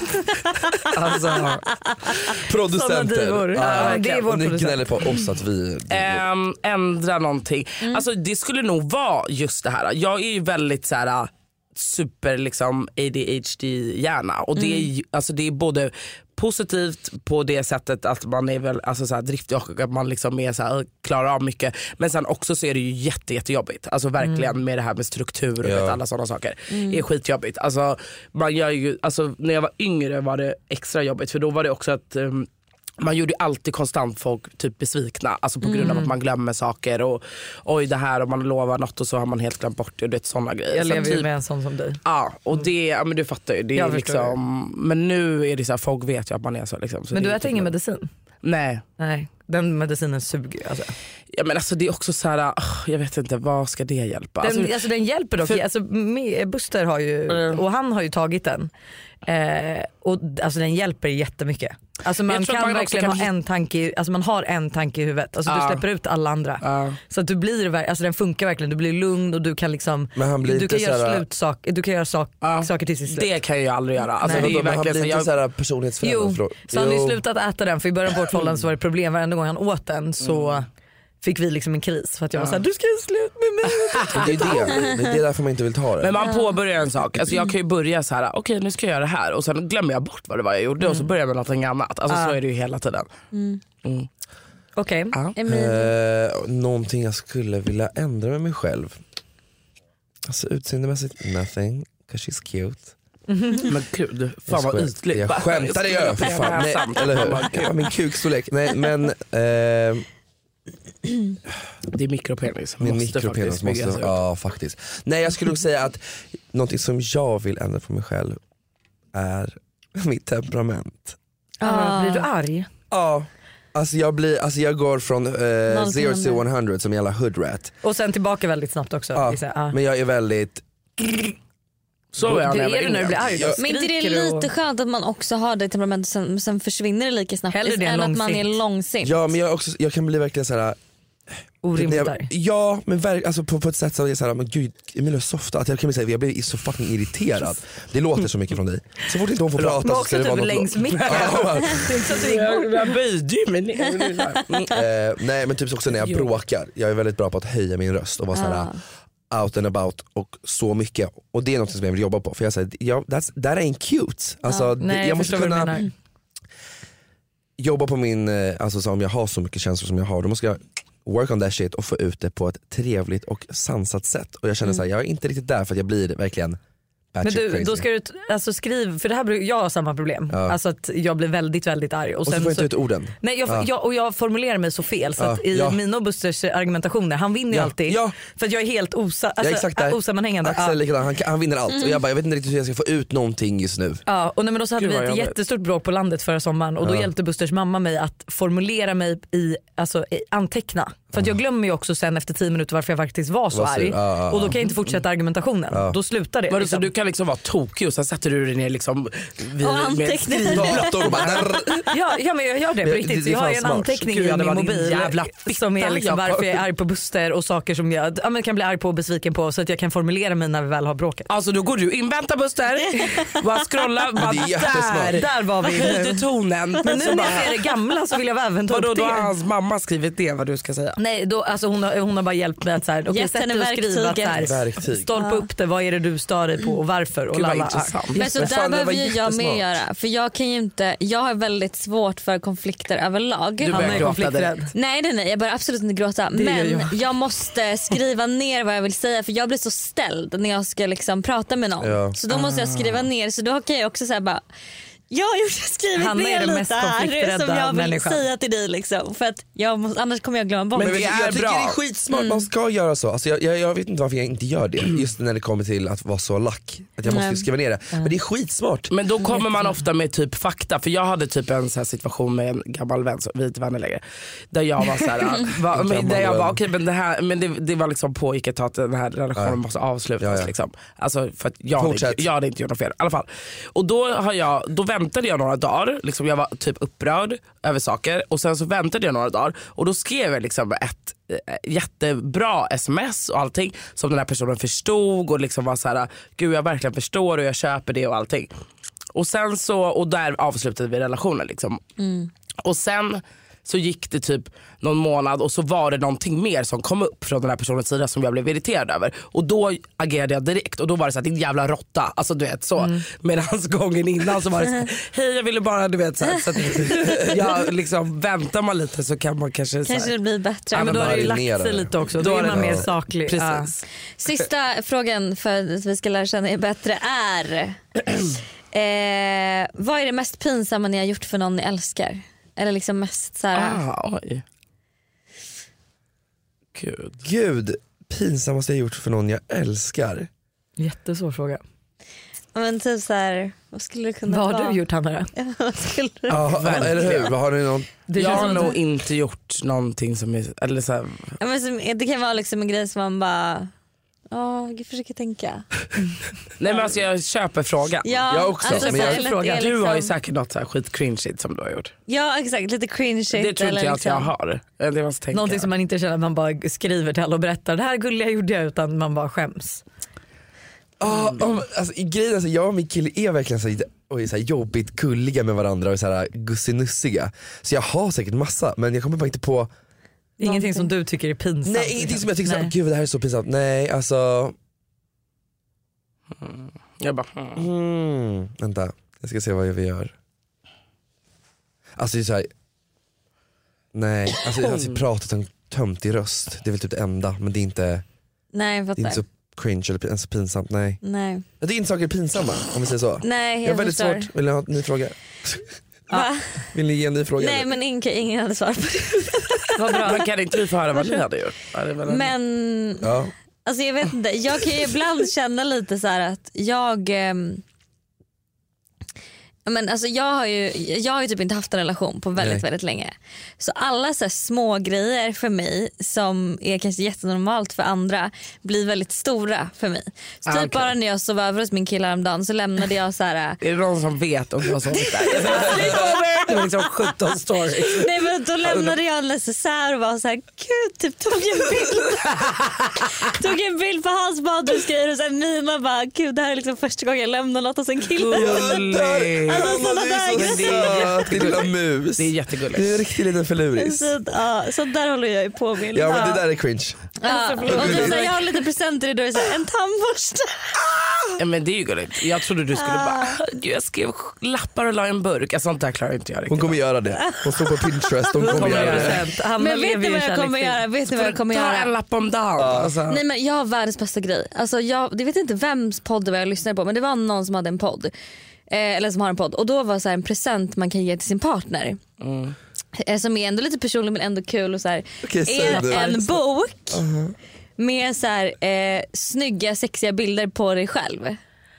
Alltså producenter. Det är vår och ni gnäller på oss att vi ändra någonting. Alltså det skulle nog vara just det här. Jag är ju väldigt så här super liksom ADHD-hjärna och det är alltså det är både positivt på det sättet att man är väl alltså så här driftig och att man liksom är så här, klarar av mycket, men sen också så är det ju jättejobbigt. Alltså verkligen med det här med struktur och vet, alla sådana saker är skitjobbigt. Alltså man gör ju, alltså när jag var yngre var det extra jobbigt för då var det också att man gjorde alltid konstant folk typ besvikna, alltså på grund av att man glömmer saker och oj det här och man lovar något och så har man helt glömt bort det och det är sådana grejer. Jag lever typ, ju med en sån som dig. Ja, och det, ja men du fattar ju, det är liksom, men nu är det så här, folk vet ju att man är så liksom. Så men du äter typ ingen medicin? Nej, den medicinen suger alltså. Ja men alltså det är också så här, jag vet inte, vad ska det hjälpa? Alltså den hjälper dock, alltså Buster har ju, och han har ju tagit den. Och alltså den hjälper jättemycket. Alltså man kan verkligen ha en tanke, alltså man har en tanke i huvudet. Alltså du släpper ut alla andra. Så att du blir, alltså den funkar verkligen, du blir lugn och du kan liksom, du kan göra slutsaker, du kan göra saker till sitt slut. Det kan jag ju aldrig göra. Alltså det är verkligen, han blir inte så här personlighetsförändrad. Så han har ju slutat äta den, för i början på vårt förhållande så var det problem varenda gång han åt den så fick vi liksom en kris för att jag var såhär, du ska sluta med mig. Det är därför man inte vill ta det. Men man påbörjar en sak, alltså jag kan ju börja så här: okej, nu ska jag göra det här och sen glömmer jag bort vad det var jag gjorde och så börjar jag med något annat. Alltså så är det ju hela tiden. Okej. Någonting jag skulle vilja ändra med mig själv. Alltså utseendemässigt nothing, 'cause she's cute. Men gud, fan vad ytligt. Jag skämtade ju för fan. Nej, eller hur? Min kukstorlek. Nej men det är mikropenis. Min mikropenis måste, ja faktiskt. Nej, jag skulle nog säga att någonting som jag vill ändra på mig själv är mitt temperament. Blir du arg? Ja. Alltså jag går från 0 till 100 som jävla hoodrat. Och sen tillbaka väldigt snabbt också. Men jag är väldigt så är det när du blir arg. Men inte det är lite skönt att man också har det temperamentet sen försvinner det lika snabbt än att man är långsint. Ja, men jag kan bli verkligen så här orimligt där. Ja, men alltså på ett sätt så är det så här, men gud, Emilia softa, att jag kan säga jag blir så fucking irriterad. Det låter så mycket från dig. Så fort inte hon får prata så ska det vara något längs micken. Jag böjde ju mig ner. Nej, men typ också när jag bråkar. Jag är väldigt bra på att höja min röst och vara så här out and about och så mycket. Och det är något som jag vill jobba på. För jag säger, that ain't cute. Alltså, jag måste kunna jobba på min, alltså så om jag har så mycket känslor som jag har, då måste jag work on that shit och få ut det på ett trevligt och sansat sätt. Och jag känner så här, jag är inte riktigt där för att jag blir verkligen. Men du, då ska du alltså skriv, för det här jag har samma problem. Alltså att jag blir väldigt, väldigt arg. Och sen så får jag inte ut orden. Nej, jag formulerar mig så fel. Så att i mina och Busters argumentationer, han vinner ju alltid. För att jag är helt osammanhängande. Axel han vinner allt. Och jag vet inte riktigt hur jag ska få ut någonting just nu. Ja, och men då så hade vi ett jättestort bråk på landet förra sommaren. Och då hjälpte Busters mamma mig att formulera mig i anteckna. För att jag glömmer ju också sen efter 10 minuter varför jag faktiskt var så arg. Och då kan jag inte fortsätta argumentationen. Då slutar det. Liksom. Så du kan liksom vara tokig och sen sätter du dig ner liksom vid ja, men jag gör det på riktigt. Så jag har ju en anteckning i min mobil som är liksom varför jag är arg på Buster och saker som jag kan bli arg på och besviken på, så att jag kan formulera mig när vi väl har bråkat. Alltså då går du in, vänta Buster, bara scrolla, bara där var vi höjde tonen. Men nu när jag ser det gamla så vill jag även ta upp det. Då har hans mamma skrivit det, vad du ska säga. Nej, då, alltså hon har bara hjälpt mig att så här, okay, sätt dig och skriva att så här, stolpa upp det, vad är det du stör dig på och varför och Men så där behöver ju jag med göra, för jag kan ju inte, jag har väldigt svårt för konflikter överlag. Du börjar konflikträdd. Nej, jag börjar absolut inte gråta, men jag måste skriva ner vad jag vill säga, för jag blir så ställd när jag ska liksom prata med någon. Så då måste jag skriva ner, så då kan jag också säga bara jag har skrivit ner lite här som jag vill säga till dig liksom, för att annars kommer jag glömma bort. Men jag tycker det är skitsmart, man ska göra så. Alltså jag vet inte varför jag inte gör det, just när det kommer till att vara så lack, att jag måste skriva ner det. Men det är skitsmart. Men då kommer man ofta med typ fakta, för jag hade typ en så här situation med en gammal vän, så vi är inte vänner längre, där jag var så här, där jag var okej, men det här, men det var liksom pågick ett tag att den här relationen måste avslutas liksom. Alltså för att jag hade inte gjort något fel i alla fall. Och då väntade jag några dagar, liksom jag var typ upprörd över saker, och sen så väntade jag några dagar och då skrev jag liksom ett jättebra sms och allting som den här personen förstod och liksom var så här: gud jag verkligen förstår och jag köper det och allting. Och sen så, och där avslutade vi relationen liksom. Och sen så gick det typ någon månad och så var det någonting mer som kom upp från den här personens sida som jag blev irriterad över. Och då agerade jag direkt och då var det så att din jävla råtta, alltså du vet så. Medans gången innan så var det så här, hej jag ville bara, du vet så att jag liksom, väntar man lite så kan man kanske det blir bättre. Ja, men då har det ju lagt sig lite också. Då är man mer saklig. Precis. Sista frågan för att vi ska lära känna er bättre är vad är det mest pinsamma ni har gjort för någon ni älskar? Eller liksom mest så här. Oj. Gud, pinsammaste jag gjort för någon jag älskar. Jättesvår fråga. Men typ så här, vad skulle det kunna vara? Vad har du gjort, Hanna? Vad skulle det eller hur? Vad har ni någon? Jag har nog inte gjort någonting som är, eller så här. Ja, men det kan vara liksom en grej som man bara jag försöker tänka. Nej men alltså jag köper frågan. Jag också. Alltså, men liksom, du har ju säkert något så här skit cringe som du har gjort. Ja exakt, lite cringe shit. Det tror inte jag att jag har. Det måste tänka. Någonting som man inte känner att man bara skriver till alla och berättar det här gulliga gjorde jag, utan man bara skäms. Alltså, grejen, alltså, jag och min kille är verkligen så här jobbigt gulliga med varandra och så här gussinussiga. Så jag har säkert massa, men jag kommer bara inte på ingenting som du tycker är pinsamt. Nej, ingenting som jag tycker såhär, gud det här är så pinsamt. Nej, alltså jag bara vänta, jag ska se vad vi gör. Alltså det är såhär, nej, alltså jag har pratat om töntig röst. Det är väl typ det enda, men det är inte. Nej, det är inte så cringe eller ens så pinsamt, nej. Det är inte saker pinsamma, om vi säger så. Nej, jag är väldigt svårt. Vill ni ha en ny fråga? Vill ni ge en ny fråga? Nej, men ingen hade svar på det. Vad bra. Men kan inte vi få höra vad ni hade gjort? Men alltså jag vet inte, jag kan ju ibland känna lite så här att men alltså jag har ju typ inte haft en relation på väldigt länge. Så alla så här små grejer för mig som är kanske jättenormalt för andra blir väldigt stora för mig. Så typ bara när jag sov över hos min kille häromdagen så lämnade jag så här. Är det någon som vet om du har sovit där? Det var liksom 17 stories. Nej men då lämnade jag en necessär och var så här, gud, typ tog en bild på hans badrumsgrejer och sen mina bara, gud det här är liksom första gången jag lämnar något hos en kille. Det är lilla mus. Det är jättegulligt. Det är en riktig liten förluris. Så där håller jag ju på med. Ja men det där är cringe. Och jag har lite presenter idag, så en tandborste. Ja men det är ju gulligt. Jag trodde du skulle bara, jag skrev lappar och la en burk. Alltså, sånt där klarar inte jag riktigt. Hon kommer göra det. Hon står på Pinterest. Hon kommer göra det. Men vet ni vad jag kommer göra? Ta en lapp om dagen. Alltså. Nej men jag har världens bästa grej. Alltså jag vet inte vems podd det var jag lyssnade på, men det var någon som hade en podd. Eller som har en podd. Och då var så här en present man kan ge till sin partner. Som är ändå lite personlig men ändå kul och så här. Är en bok med så här snygga sexiga bilder på dig själv.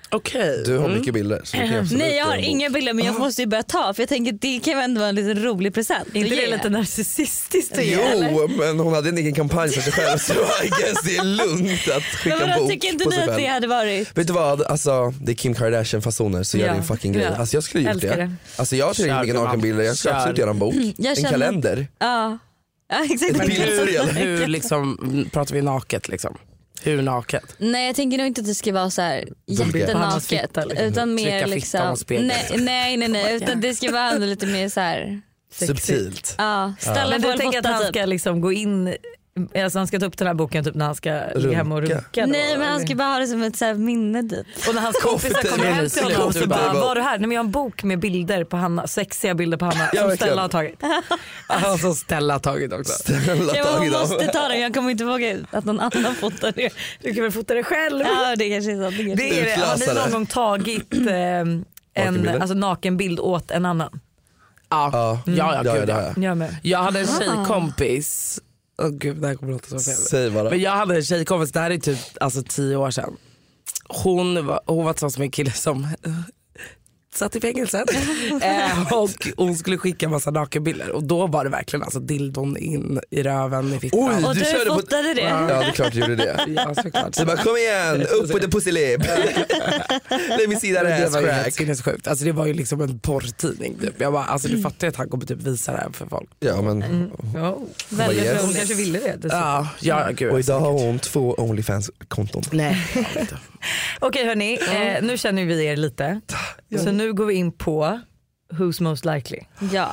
Okej. Du har mycket bilder. Så Nej, jag har inga bilder, men jag måste ju börja ta, för jag tänker att det kan ändå vara en liten rolig present. Inte det är lite narcissistiskt? Jo, men hon hade en egen kampanj för sig själv, så I guess det är lugnt att skicka en bok tycker inte på ni sig att själv. det hade varit? Vet du vad, alltså det är Kim Kardashian-fasoner, så gör det en fucking grej. Alltså jag skulle gjort det. Alltså jag har tillräckligt mycket nakenbilder, jag ska absolut göra en bok. En kalender. Ja, exakt. Ett bildspel. Hur liksom, pratar vi naket liksom? Hur naket? Nej, jag tänker nog inte att det ska vara så här jättenaket, utan mer liksom nej, utan det ska vara ändå lite mer så här subtilt. Ja, ställa men på du tänker att han ska liksom gå in, alltså han ska ta upp den här boken typ när han ska ligga hemma och runka? Nej, men han ska bara ha det som ett så här minne typ. Och när hans kompisar kommer hem till honom så bara, var du här? Nej, men jag har en bok med bilder på Hanna, sexiga bilder på Hanna som Stella har tagit. Alltså Stella har tagit också. Jag måste ta den, jag kommer inte våga att någon annan fotar det. Du kan väl fota det själv? Ja, det kanske är sant. Det är det. Har ni någon gång tagit en alltså, nakenbild åt en annan? Ja, jag hade en tjejkompis. Gud, det här kommer låta så fel. Säg bara. Men jag hade en tjejkompis, det här är typ alltså 10 år sedan. Hon var tillsammans med en kille som satt i fängelset. Och hon skulle skicka massa nakenbilder. Och då var det verkligen alltså dildon in i röven i fittan. Och du fotade det? Ja, det är klart du gjorde det. Ja, såklart. Så bara, kom igen, upp with the pussy lip. Let me see that ass var crack. helt sinnessjukt. Alltså det var ju liksom en porrtidning typ. Jag bara, alltså du fattar att han kommer typ visa det här för folk. Ja, men väldigt yes. Hon kanske ville det. Ja, gud. Och idag har hon 2 OnlyFans-konton. Nej. Okej hörni, nu känner vi er lite. Så nu går vi in på Who's most likely. Ja.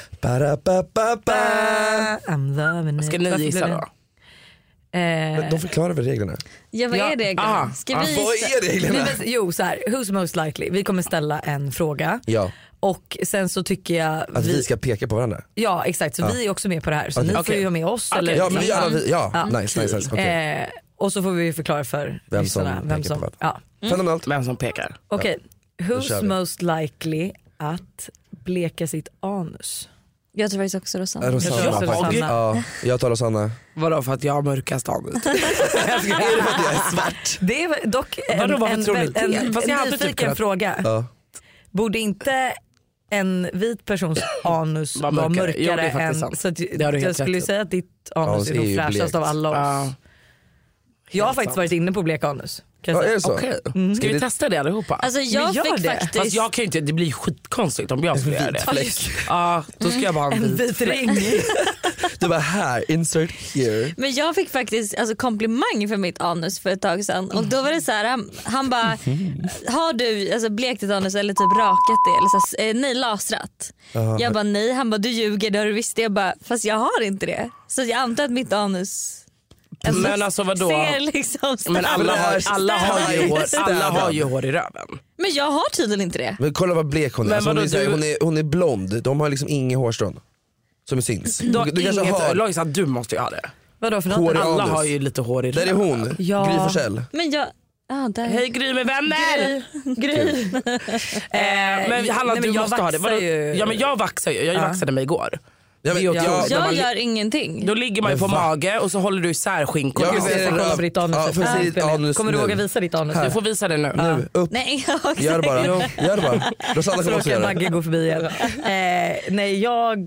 I'm loving it. Ska ni gissa då? De förklarar väl reglerna? Ja, vad är reglerna? Ska vi vad är reglerna? Jo, så här, who's most likely? Vi kommer ställa en fråga. Ja. Och sen så tycker jag att vi ska peka på varandra. Ja, exakt. Så vi är också med på det här. Så ni får ju ha med oss. Eller ja, men nice. Okay. Och så får vi förklara för vem som fenomenalt. Vem som pekar. Okej. Who's most likely att bleka sitt anus? Jag tror faktiskt också Rosanna. Ja, jag tar Rosanna. Vadå, för att jag har mörkast anus? Är det för att jag är svart? Det är dock en nyfiken fråga. Ja. Borde inte en vit persons anus vara mörkare än... Så att jag skulle säga att ditt anus är nog fräschast av alla oss. Jag har faktiskt varit inne på blek anus. Ja, är det så? Okay. Ska vi testa det allihopa? Alltså jag fick faktiskt... Fast jag kan ju inte, det blir skitkonstigt om jag skulle göra det. Ja, då ska jag bara ha en vit ring. Du bara här, insert here. Men jag fick faktiskt alltså, komplimang för mitt anus för ett tag sedan. Och då var det så här, han bara, har du alltså, blekt ditt anus eller typ rakat det? Eller så, nej, lasrat. Jag bara nej, han bara du ljuger, det har du visst det. Jag bara, fast jag har inte det. Så jag antar att mitt anus... Men alltså vadå? Liksom men alla har ju hår i röven. Men jag har tydligen inte det. Men kolla vad blek hon är. Alltså, hon är blond. De har liksom inga hårstrån som syns. Du kanske har... Lojsa, du måste ju ha det. Vadå för något? Alla har ju lite hår i röven. Där är hon, Gry Forssell. Men jag... Hej Gry med vänner! Gry. Men Hanna, du måste ha det. Ja, men jag vaxar ju. Jag vaxade mig igår. Jag gör ingenting. Då ligger man ju på mage och så håller du isär skinkor. Kommer du våga visa ditt anus? Du får visa det nu. Nu, upp. Nej, Gör det bara. Rosanna kommer också göra det. Bagge går förbi igen. Nej,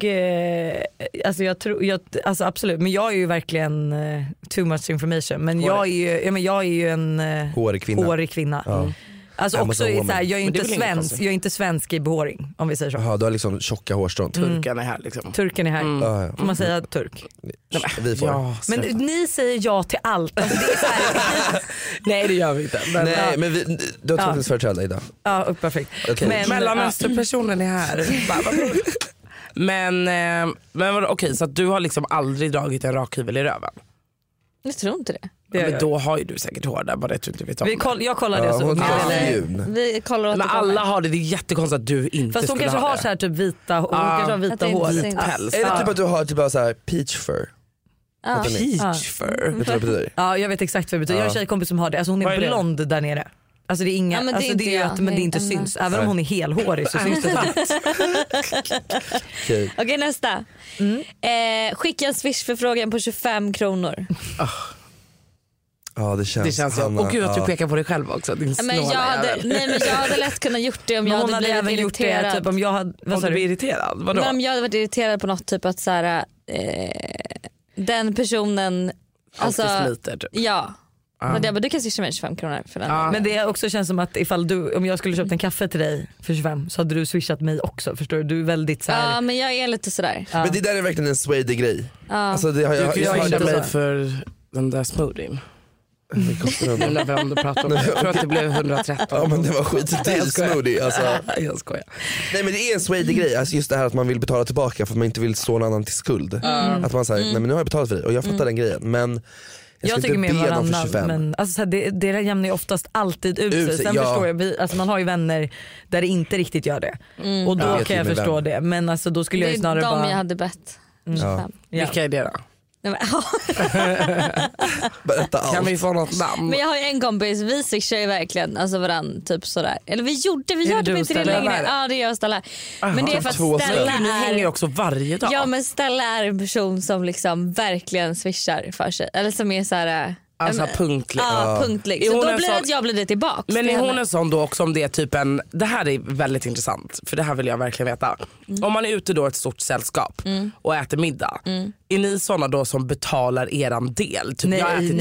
jag tror alltså absolut, men jag är ju verkligen too much information. Men jag är ju en hårig kvinna. Ja. Alltså också så här, jag är inte svensk, jag är inte svensk i behåring om vi säger så. Jaha, du har liksom tjocka hårstrån. Turken är här liksom. Turken är här. Får man säga turk? Vi får. Ja, men ni säger ja till allt. Alltså, det är så här. Nej, det gör vi inte. Men, nej, men du har tolkningsföreträdare idag. Ja, perfekt. Okay. Mellanösternpersonen är här. Men okej, så att du har liksom aldrig dragit en rakhyvel i röven? Jag tror inte det. Men då har ju du säkert hår där, bara det du inte vet om. Jag kollar det så. Vi kollar men alla har det är jättekonstigt att du inte fast skulle ha det. Fast hon kanske har så här typ vita, hon kanske har vita hår. Är det typ att du har typ så här peach fur? Peach fur? Vet du vad det betyder? Ja, jag vet exakt vad det betyder. Jag har en tjejkompis som har det. Alltså hon är blond där nere. Alltså det är inga, men det är ju att men det inte syns. Även om hon är helhårig så syns det. Okej, nästa. Skicka en Swish-förfrågan på 25 kronor. Ja, det känns Hanna, och gud att du pekar på dig själv också. Men jag hade lätt kunnat gjort det om jag hade blivit även irriterad. Gjort det, typ, om jag hade, om du blir irriterad? Vadå? Men om jag hade varit irriterad på något typ att så här, den personen alltid sliter typ. Ja. Men jag bara, du kan swisha mig 25 kronor för den. Men det också känns som att om jag skulle köpt en kaffe till dig för 25 så hade du swishat mig också, förstår du? Du är väldigt så här. Ja, men jag är lite sådär. Men det där är verkligen en swedig grej. Alltså, det har jag hörde mig för den där smoothien. Det kostar den. Jag tror att det blev 113. Ja, men det var skitdyr smoothie alltså. Jag skojar. Nej, men det är en swedig grej, alltså just det här att man vill betala tillbaka för att man inte vill stå någon annan till skuld. Att man säger, nej men nu har jag betalat för det och jag fattar den grejen, men jag tycker mer varannan, men alltså, det jämnar ju oftast alltid ut sig. Sen förstår jag, alltså, man har ju vänner där det inte riktigt gör det. Och då kan jag förstå det. Men alltså, då skulle jag snarare bara... Det är jag hade bett. Vilka är det då? Berätta allt. Kan vi få något namn? Men jag har ju en kompis, vi swishar ju verkligen alltså varann typ sådär. Eller vi gör det inte det längre. Ja, det gör jag Stella. Men det är för att Stella ni hänger också varje dag. Ja, men Stella är en person som liksom verkligen swishar för sig. Eller som är såhär... Alltså punktlig. Ja, punktlig. Så då blir det att jag blir det tillbaka. Men är hon en sån då också om det är typ en... Det här är väldigt intressant. För det här vill jag verkligen veta. Om man är ute då ett stort sällskap och äter middag. Är ni såna då som betalar eran del? Typ,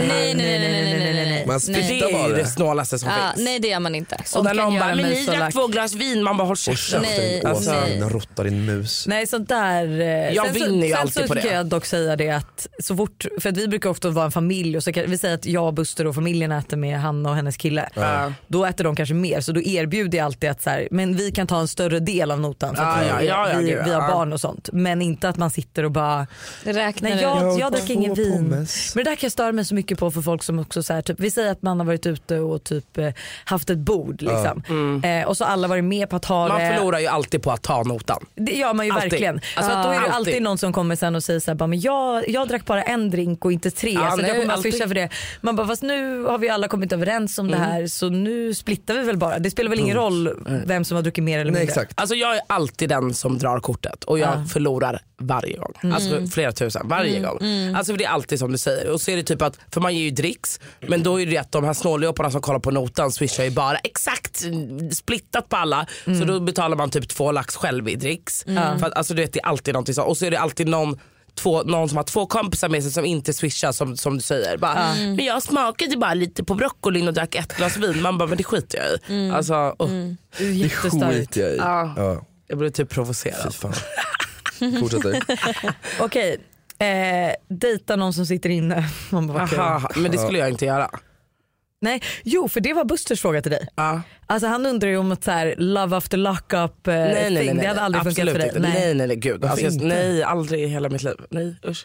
Nej. Man spittar bara. Det är det snålaste som finns. Nej, det gör man inte. Och när någon bara, men ni drack 2 glas vin. Man bara, håll käften. Råttar din mus. Nej, sånt där... Jag vinner ju alltid på det. Sen kan jag dock säga det att så fort... För att vi brukar ofta vara en familj och så kan vi säga att jag, Buster och familjen äter med Hanna och hennes kille. Då äter de kanske mer, så då erbjuder jag alltid att så här, men vi kan ta en större del av notan för att vi har barn och sånt. Men inte att man sitter och bara jag dricker ingen vin. Men det där kan jag störa mig så mycket på för folk som också så här, typ, vi säger att man har varit ute och typ haft ett bord liksom. Och så alla varit med på att ta man det. Man förlorar ju alltid på att ta notan. Det gör man ju alltid. Verkligen. Alltså att då är det alltid någon som kommer sen och säger så här, men jag drack bara en drink och inte 3 så jag kommer att swisha för det. Man bara, fast nu har vi alla kommit överens om det här, så nu splittar vi väl bara. Det spelar väl ingen roll vem som har druckit mer eller mindre. Exakt. Alltså jag är alltid den som drar kortet och jag förlorar varje gång. Alltså flera tusen varje gång. Alltså det är alltid som du säger. Och så är det typ att, för man ger ju dricks, men då är det att de här snåljåparna som kollar på notan swishar ju bara exakt splittat på alla. Så då betalar man typ 2 lax själv i dricks. För att, alltså det är alltid någonting så. Och så är det alltid någon som har 2 kompisar med sig som inte swishar som du säger. Bara, men jag smakade bara lite på broccolin och drack 1 glas vin. Man bara, men det skiter jag i. Alltså, det skiter jag i. Jag blir typ provocerad. Fortsätter. Okej, dejta någon som sitter inne. Man bara, aha, men det skulle jag inte göra. Nej, jo, för det var Busters fråga till dig. Alltså han undrar ju om ett så här love after lockup thing. Det hade aldrig funkat för dig. Nej, gud. Alltså, nej, aldrig i hela mitt liv. Nej, usch.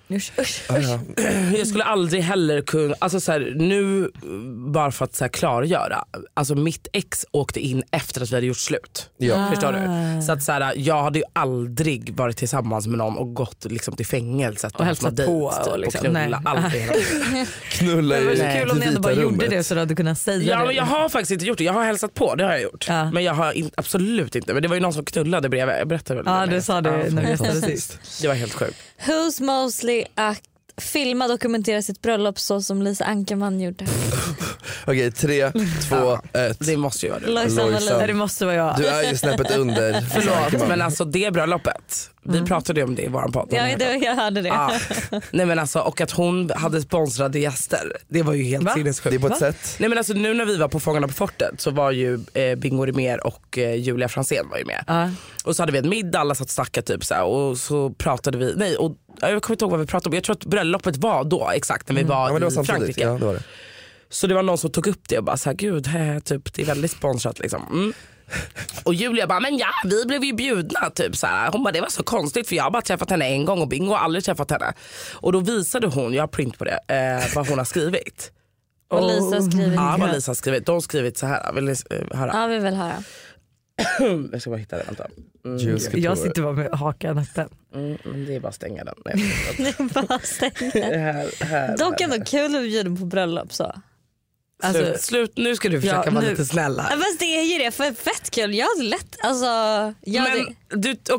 Jag skulle aldrig heller kunna, alltså så här, nu bara för att så här, klargöra, alltså mitt ex åkte in efter att vi hade gjort slut. Förstår du? Så att så här, jag hade ju aldrig varit tillsammans med någon och gått liksom till fängelset och hälsat på och liksom, knulla aldrig. Knulla det var så i kul om ni ändå bara gjorde det så du hade kunnat säga det. Ja, men jag har faktiskt inte gjort det. Jag har hälsat på, det har jag gjort. Men jag har absolut inte. Men det var ju någon som knullade bredvid. Jag berättade väl. Ja, du sa det när vi gästade sist. Det var helt sjukt. Who's mostly att filma och dokumentera sitt bröllop så som Lisa Ankerman gjorde? Okej, 3, 2, 1. Det måste ju vara det. Lojsan. Det måste vara jag. Du är ju snäppet under. Förlåt, men alltså det bröllopet, vi pratade ju om det i våran podd. Ja, jag hörde det. Nej men alltså, och att hon hade sponsrade gäster, det var ju helt sinnessjukt. Det är på ett sätt. Nej men alltså nu när vi var på Fångarna på fortet så var ju Bingo Rimér och Julia Franzén var ju med. Och så hade vi en middag, alla satt och snackade typ så här, och så pratade vi, nej och jag kommer inte ihåg vad vi pratade om. Jag tror att bröllopet var då exakt när vi var i Frankrike. Ja, det var det. Så det var någon som tog upp det och bara så här, gud, typ, det är väldigt sponsrat liksom. Och Julia bara, men ja, vi blev ju bjudna typ så här. Hon bara, det var så konstigt för jag har bara träffat henne en gång och Bingo har aldrig träffat henne. Och då visade hon, jag har print på det, vad hon har skrivit. Och Lisa har skrivit. Ja, vad Lisa har skrivit. De har skrivit så här, vill ni höra? Ja, vi vill höra. Jag ska bara hitta det, vänta. Jag sitter bara med hakan öppen. Men det är bara att stänga den. Det är bara att stänga. Dock ändå kul att bjuda på bröllop så. Alltså, slut, nu ska du försöka vara lite snälla. Ja, fast det är ju det, för fett kul. Jag hade lätt, alltså... Okej,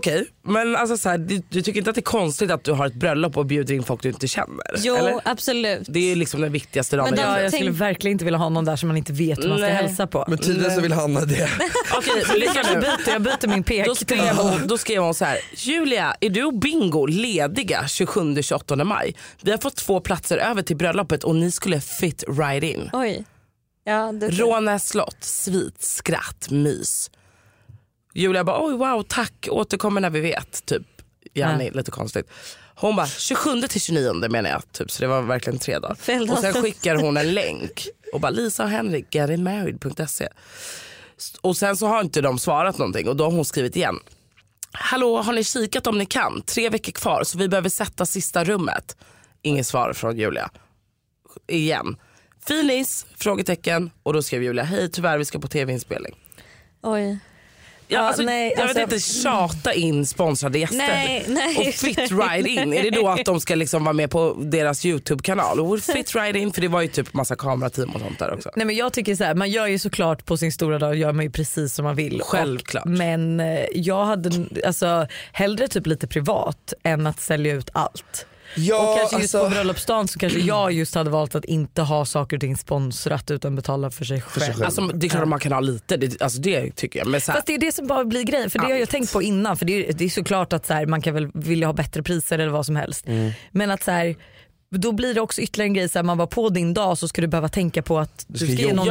Men alltså så här, du tycker inte att det är konstigt att du har ett bröllop och bjuder in folk du inte känner? Jo, eller? Absolut. Det är liksom den viktigaste dagen. Jag skulle verkligen inte vilja ha någon där som man inte vet hur man ska hälsa på. Men tydligen så vill Hanna det. Okej, jag byter min pek. Då skrev hon så här: Julia, är du och Bingo lediga 27-28 maj? Vi har fått 2 platser över till bröllopet och ni skulle fit right in. Oj. Ja, Rånäs slott, svit, skratt, mys. Julia bara, oj wow, tack, återkommer när vi vet. Typ, Janni, lite konstigt. Hon bara, 27-29 menar jag typ, så det var verkligen 3 dagar. Och sen skickar hon en länk och bara, Lisa och Henrik, getinmarried.se. Och sen så har inte de svarat någonting och då har hon skrivit igen. Hallå, har ni kikat om ni kan? 3 veckor kvar så vi behöver sätta sista rummet. Inget svar från Julia. Igen. Finis? Frågetecken. Och då skrev Julia, hej tyvärr vi ska på tv-inspelning. Oj. Jag vet inte, tjata in sponsrade gäster. Nej. Och fit right in. Är det då att de ska liksom vara med på deras YouTube-kanal? Och fit right in, för det var ju typ massa kamerateam och sånt där också. Nej, men jag tycker så här, man gör ju såklart på sin stora dag, gör man ju precis som man vill. Självklart. Men jag hade hellre typ lite privat än att sälja ut allt. Ja, och kanske just på bröllopsdagen så kanske jag just hade valt att inte ha saker och ting sponsrat utan betala för sig själv. Alltså, det är klart att man kan ha lite, det tycker jag. Men så här, fast det är det som bara blir grejen, för det har jag tänkt på innan. För det är såklart att så här, man kan väl vilja ha bättre priser eller vad som helst. Men att så här, då blir det också ytterligare en grej så här, man var på din dag så ska du behöva tänka på att du ska ge någon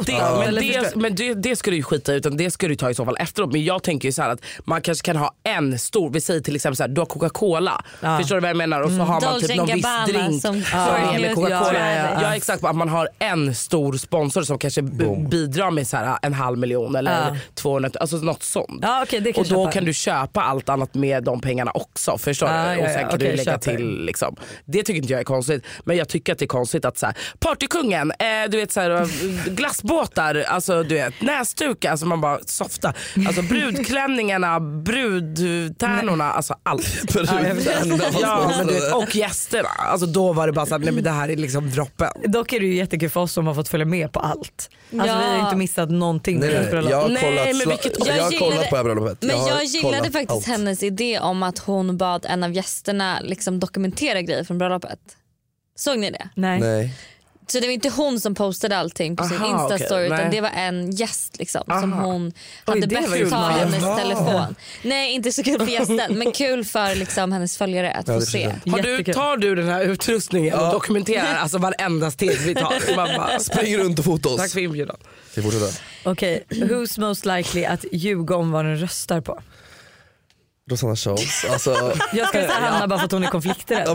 det ska du ju skita utan det ska du ta i så fall efteråt. Men jag tänker ju så här att man kanske kan ha en stor, vi säger till exempel så här, du har Coca-Cola. Förstår du vad jag menar? Och så har man typ någon viss drink med Coca-Cola. Ja, exakt, att man har en stor sponsor som kanske bidrar med så här 500 000 eller 200, alltså något sånt. Okay, och då kan du köpa allt annat med de pengarna också, förstår du? Och sen kan du lägga till liksom. Det tycker inte jag är konstigt, men jag tycker att det är konstigt att så här, partykungen, du vet så här, glassbåtar, alltså du vet, näsdukar, alltså man bara softa, alltså brudklänningarna, brudtärnorna, alltså allt. Ja, men du vet, och gästerna, alltså då var det bara så här, nej men det här är liksom droppen. Dock är det ju jättekul för oss som har fått följa med på allt. Alltså vi har inte missat någonting. Jag har kollat på bröllopet. Men jag gillade faktiskt hennes idé om att hon bad en av gästerna liksom dokumentera grejer från bröllopet. Såg ni det? Nej. Så det var inte hon som postade allting på sin Insta-story utan det var en gäst liksom, som hon hade bett ta hennes telefon. Nej, inte så kul för gästen, men kul för liksom, hennes följare att få se. Tar du den här utrustningen och dokumenterar alltså varenda steg vi tar? Man bara springer runt och fotos. Tack för inbjudan. Okej, who's most likely att ljuga om vad den röstar på? Rosanna Charles. Alltså, jag ska säga Hanna bara för att hon är konflikträdd.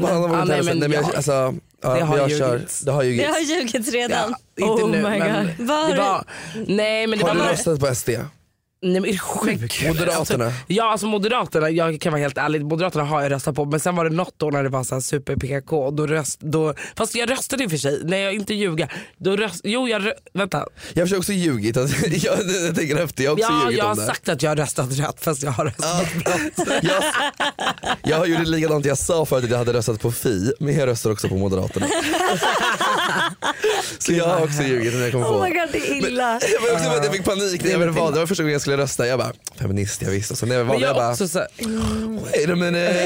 Det har ljugits redan. Ja, inte nu, my God. Har du röstat på SD? Nej men sjukt. Moderaterna. Alltså, ja alltså Moderaterna, jag kan vara helt ärlig, Moderaterna har jag röstat på, men sen var det något år när det var så här super PKK, fast jag röstade i och för sig, när jag inte ljuga. Vänta. Jag försöker också ljugit, alltså, jag tänker efter, jag har också ljugit jag om har sagt att jag har röstat rätt fast jag har röstat brott. Jag har gjort likadant, jag sa för att jag hade röstat på Fi, men jag röstar också på Moderaterna. Så jag har också ljugit när jag kommer på. Oh my God, det är illa. Men också att jag fick panik när jag valde. Det var första gången jag skulle rösta. Jag bara, feminist, jag visste. Så när jag valde, jag bara, wait a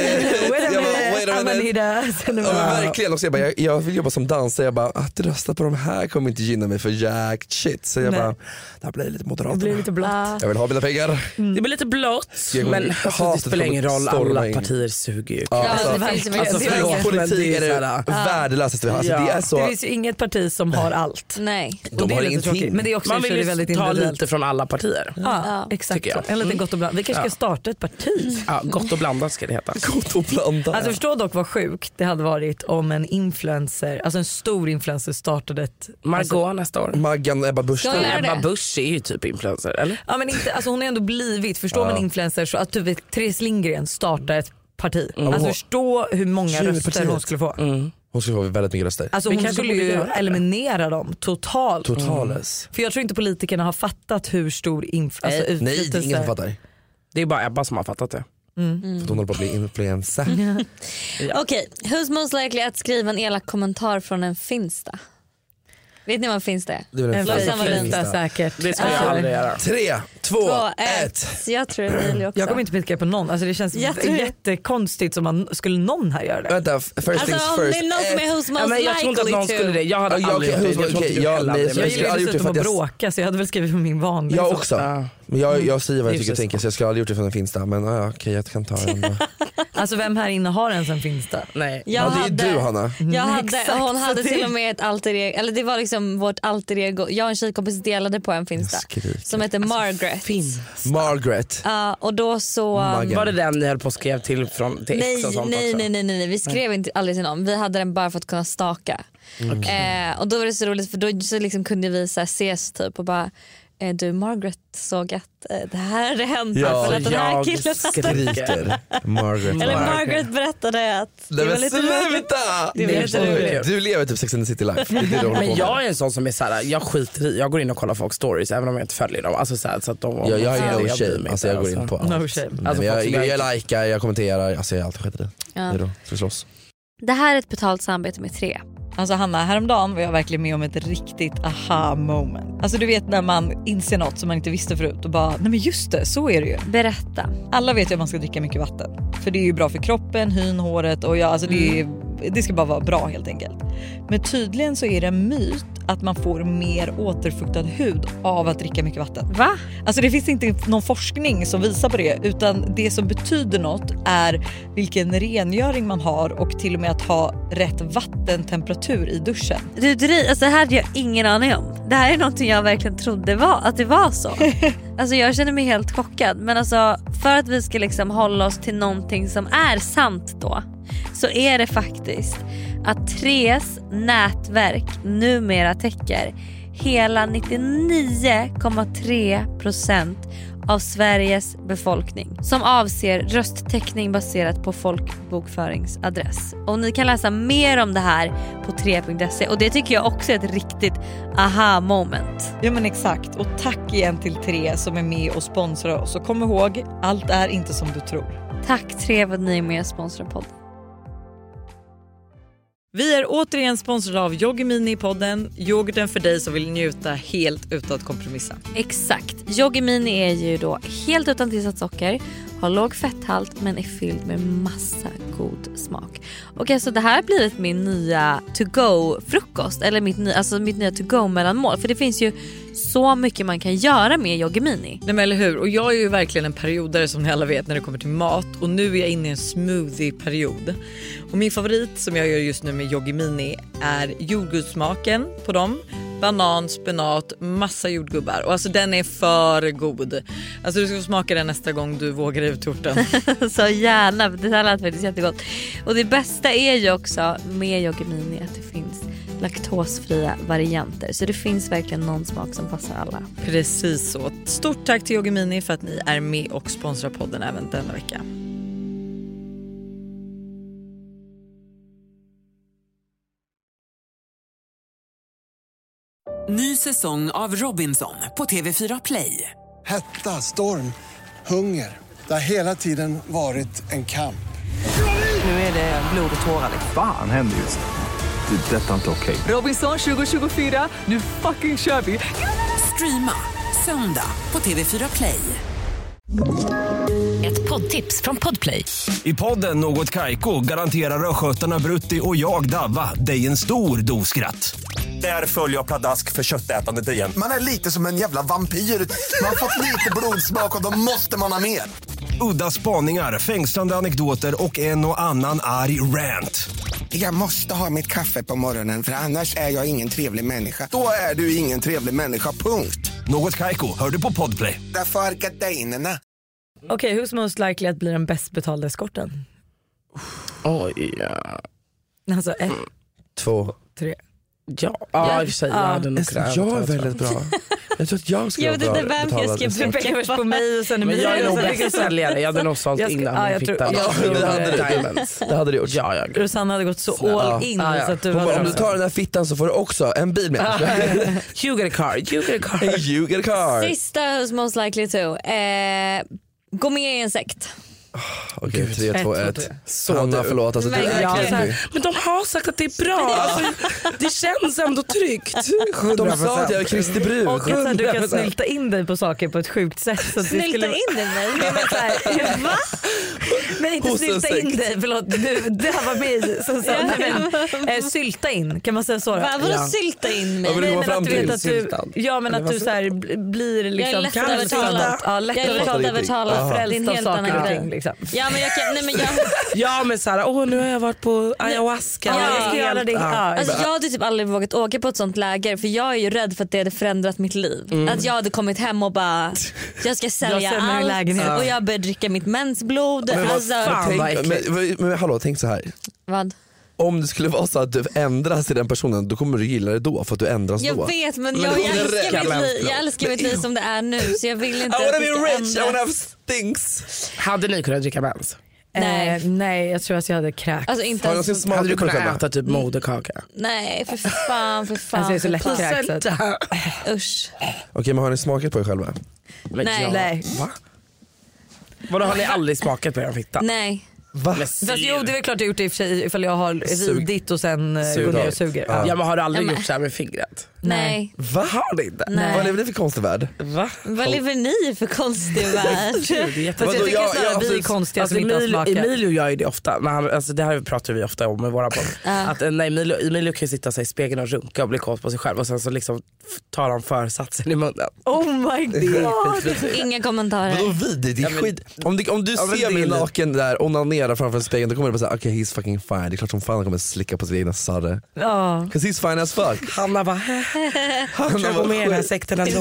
minute. Men verkligen också, jag vill jobba som dansare. Jag bara, att rösta på de här kommer inte gynna mig för jack shit. Så jag bara, det här blir lite Moderaterna. Det blir lite blått. Jag vill ha mina pengar. Det blir lite blått. Men alltså, det spelar ingen roll, alla partier suger ju. Politik är det värdelösaste vi har. Det finns ju inget parti som har allt. Nej. De har ingenting. Men det är också man vill väldigt ta lite från alla partier. Ja, exakt. En liten gott och blandat. Vi kanske ska starta ett parti. Ja, gott och blandat ska det heta. Gott och blandat. Alltså förstå dock vad sjukt det hade varit om en influencer, alltså en stor influencer startade ett... Margot nästa år. Maggan Ebba Busch. Ebba Busch är ju typ influencer, eller? Ja men inte, alltså hon är ändå blivit, förstå med en influencer så att du vet Therese Lindgren startar ett parti. Alltså förstå hur många röster hon skulle få. Hon skulle få väldigt mycket röster. Alltså hon skulle ju eliminera dem totalt. Totales. För jag tror inte politikerna har fattat hur stor utflytelse. Nej, det är ingen som fattar. Det är bara Ebba som har fattat det. För hon håller på att bli influencer. Okej, who's most likely att skriva en elak kommentar från en Finsta? Vet ni vad finns det? Det är väl En Finsta säkert. Det ska jag aldrig göra. 3, 2, 1. Jag tror det också. Jag kommer inte picka på någon. Alltså det känns jättekonstigt som man skulle någon här göra det. Vänta, first things Alltså first. om det är någon som är who's most Jag tror inte att någon likely skulle det. Jag hade aldrig gjort det. Jag tror inte du heller hade det. Jag gillar dessutom att bråka så jag hade väl skrivit på min van. Jag också. Men jag säger vad jag tycker och tänker så jag skulle aldrig gjort det från en Finsta. Men okej, jag kan ta den. Alltså vem här inne har ens en Finsta? Nej. Det är du, Hanna. Hon hade till och med ett alter ego, eller det var liksom vårt alter ego. Jag och en tjejkompis delade på en Finsta som heter Margaret. Margaret. Och då så var det den ni höll på att skriva till ex och sånt också? Nej, vi skrev inte aldrig till någon. Vi hade den bara för att kunna staka. Och då var det så roligt för då så liksom kunde vi så här ses typ och bara du, Margaret såg att det här hade hänt för att den här killen skriker Margaret. Eller Margaret berättade att det var lite roligt. Du lever typ Sex and the City life. Men jag är en sån som är såhär, jag skiter i, jag går in och kollar folks stories även om jag inte följer dem. Alltså så att de jag är no shame, alltså jag går in på allt. No shame. Alltså, jag likar, jag kommenterar, alltså jag alltid skiter i. Det är då, ska slåss. Det här är ett betalt samarbete med 3. Alltså Hanna, häromdagen var jag verkligen med om ett riktigt aha moment. Alltså du vet när man inser något som man inte visste förut och bara, nej men just det, så är det ju. Berätta. Alla vet ju att man ska dricka mycket vatten. För det är ju bra för kroppen, hyn, håret och alltså det ska bara vara bra helt enkelt. Men tydligen så är det en myt att man får mer återfuktad hud av att dricka mycket vatten. Va? Alltså det finns inte någon forskning som visar på det, utan det som betyder något är vilken rengöring man har och till och med att ha rätt vattentemperatur i duschen. Alltså det här hade jag ingen aning om. Det här är någonting jag verkligen trodde att det var så. Alltså jag känner mig helt chockad. Men alltså för att vi ska liksom hålla oss till någonting som är sant då, så är det faktiskt att 3s nätverk numera täcker hela 99,3% av Sveriges befolkning, som avser rösttäckning baserat på folkbokföringsadress. Och ni kan läsa mer om det här på 3.se och det tycker jag också är ett riktigt aha moment. Ja men exakt, och tack igen till 3 som är med och sponsrar oss. Och kom ihåg, allt är inte som du tror. Tack 3 för att ni är med och sponsrar podden. Vi är återigen sponsrade av Yogimini i podden. Yoghurten för dig som vill njuta helt utan att kompromissa. Exakt. Yogimini är ju då helt utan tillsatt socker, har låg fetthalt men är fylld med massa god smak. Och alltså det här har blivit min nya to-go-frukost. Eller mitt nya to-go-mellanmål. För det finns ju så mycket man kan göra med Yogimini. Nej men eller hur? Och jag är ju verkligen en periodare som ni alla vet när det kommer till mat. Och nu är jag inne i en smoothie-period. Och min favorit som jag gör just nu med Yogimini är jordgubbssmaken på dem. Banan, spenat, massa jordgubbar. Och alltså den är för god. Alltså du ska få smaka den nästa gång du vågar ut torten. Så gärna, det här lät faktiskt jättegott. Och det bästa är ju också med Yogimini att det finns laktosfria varianter. Så det finns verkligen någon smak som passar alla. Precis så. Stort tack till Yogimini för att ni är med och sponsrar podden även denna vecka. Ny säsong av Robinson på TV4 Play. Hetta, storm, hunger. Det har hela tiden varit en kamp. Nu är det blod och tårar. Fan händer just det. Det är detta inte okej. Robinson 2024, nu fucking kör vi. Streama söndag på TV4 Play. Ett poddtips från Podplay. I podden Något Kaiko garanterar röskötarna Brutti och jag Davva dig en stor doskratt. Där följer jag pladask för köttätandet igen. Man är lite som en jävla vampyr. Man har fått lite blodsmak och då måste man ha mer. Udda spaningar, fängslande anekdoter och en och annan arg rant. Jag måste ha mitt kaffe på morgonen för annars är jag ingen trevlig människa. Då är du ingen trevlig människa, punkt. Något Kaiko, hör du på Podplay. Därför är gardinerna. Okej, who's most likely att bli den bäst betalda eskorten? Oj, ja. Alltså 1, 2, 3. Ja, i och för sig. Jag är väldigt bra. Jag tror att jag ska vara bra. Jag vet inte vem jag ska blicka först på mig och sen men jag är nog bäst säljare. Jag hade nog sålt innan jag fick det hade du gjort. Ja, Rosanna hade gått så all in så att du om du tar den här fittan så får du också en bil med. You get a car, you get a car. You get a car. Sista who's most likely to gå med i en sekt. Okej, 3, 2, 1. Hanna, förlåt. Alltså, men de har sagt att det är bra. Alltså, det känns ändå tryggt. 100%. De sa att jag är Kristi brud. Och att du kan snylta in dig på saker på ett sjukt sätt. Så att snylta skulle... in dig mig? Va? Men inte snylta in dig, förlåt. Det här var mig som sa sylta in, kan man säga så? Vadå sylta in mig? Nej, men att du vet att du, men att du så här blir liksom... Jag är lätt att övertala. Frälst av saker och ting liksom. Ja men jag kan, nej men jag... Ja men såhär, nu har jag varit på ayahuasca. Jag ska göra det. Alltså jag hade typ aldrig vågat åka på ett sånt läger, för jag är ju rädd för att det hade förändrat mitt liv. Att jag hade kommit hem och bara, jag ska sälja allt och jag började dricka mitt mensblod. Men hallå, tänk så här. Vad? Om det skulle vara så att du ändras till den personen, då kommer du gilla det då för att du ändras då. Jag vet, men jag älskar mitt liv som det är nu, så jag vill inte I wanna be rich, I wanna have things. Hade ni kunnat dricka mens? Nej, jag tror att jag hade kräkt. Alltså inte hade du kunnat äta typ moderkaka? Nej, för fan. Alltså jag är så lätt kräkt. Usch. Okej, men har ni smakat på er själva? Nej. Va? Vadå, har ni aldrig smakat på er fitta? Nej. Fast jo, det är väl klart jag gjort det i och för sig ifall jag har ridit och sen går ner och suger. Ja, men har du aldrig gjort så här med fingret? Nej. Vad har ni inte? Vad lever ni för konstig värld? Vad lever ni för konstig värld? Vi är konstiga som inte har smakat. Emilio gör ju det ofta. Det här pratar vi ofta om med våra podd. Att Emilio kan ju sitta sig i spegeln och runka och bli kåt på sig själv, och sen så liksom tar han försatsen i munnen. Oh my god. Inga kommentarer. Vadå vidrigt? Det är skit. Om du ser mig naken där och onanera framför spegeln, då kommer du bara säga okej, he's fucking fine. Det är klart som fan kommer slicka på sin egna sarre. Ja. 'Cause he's fine as fuck. Hanna bara han ska gå med i den här sekten ändå.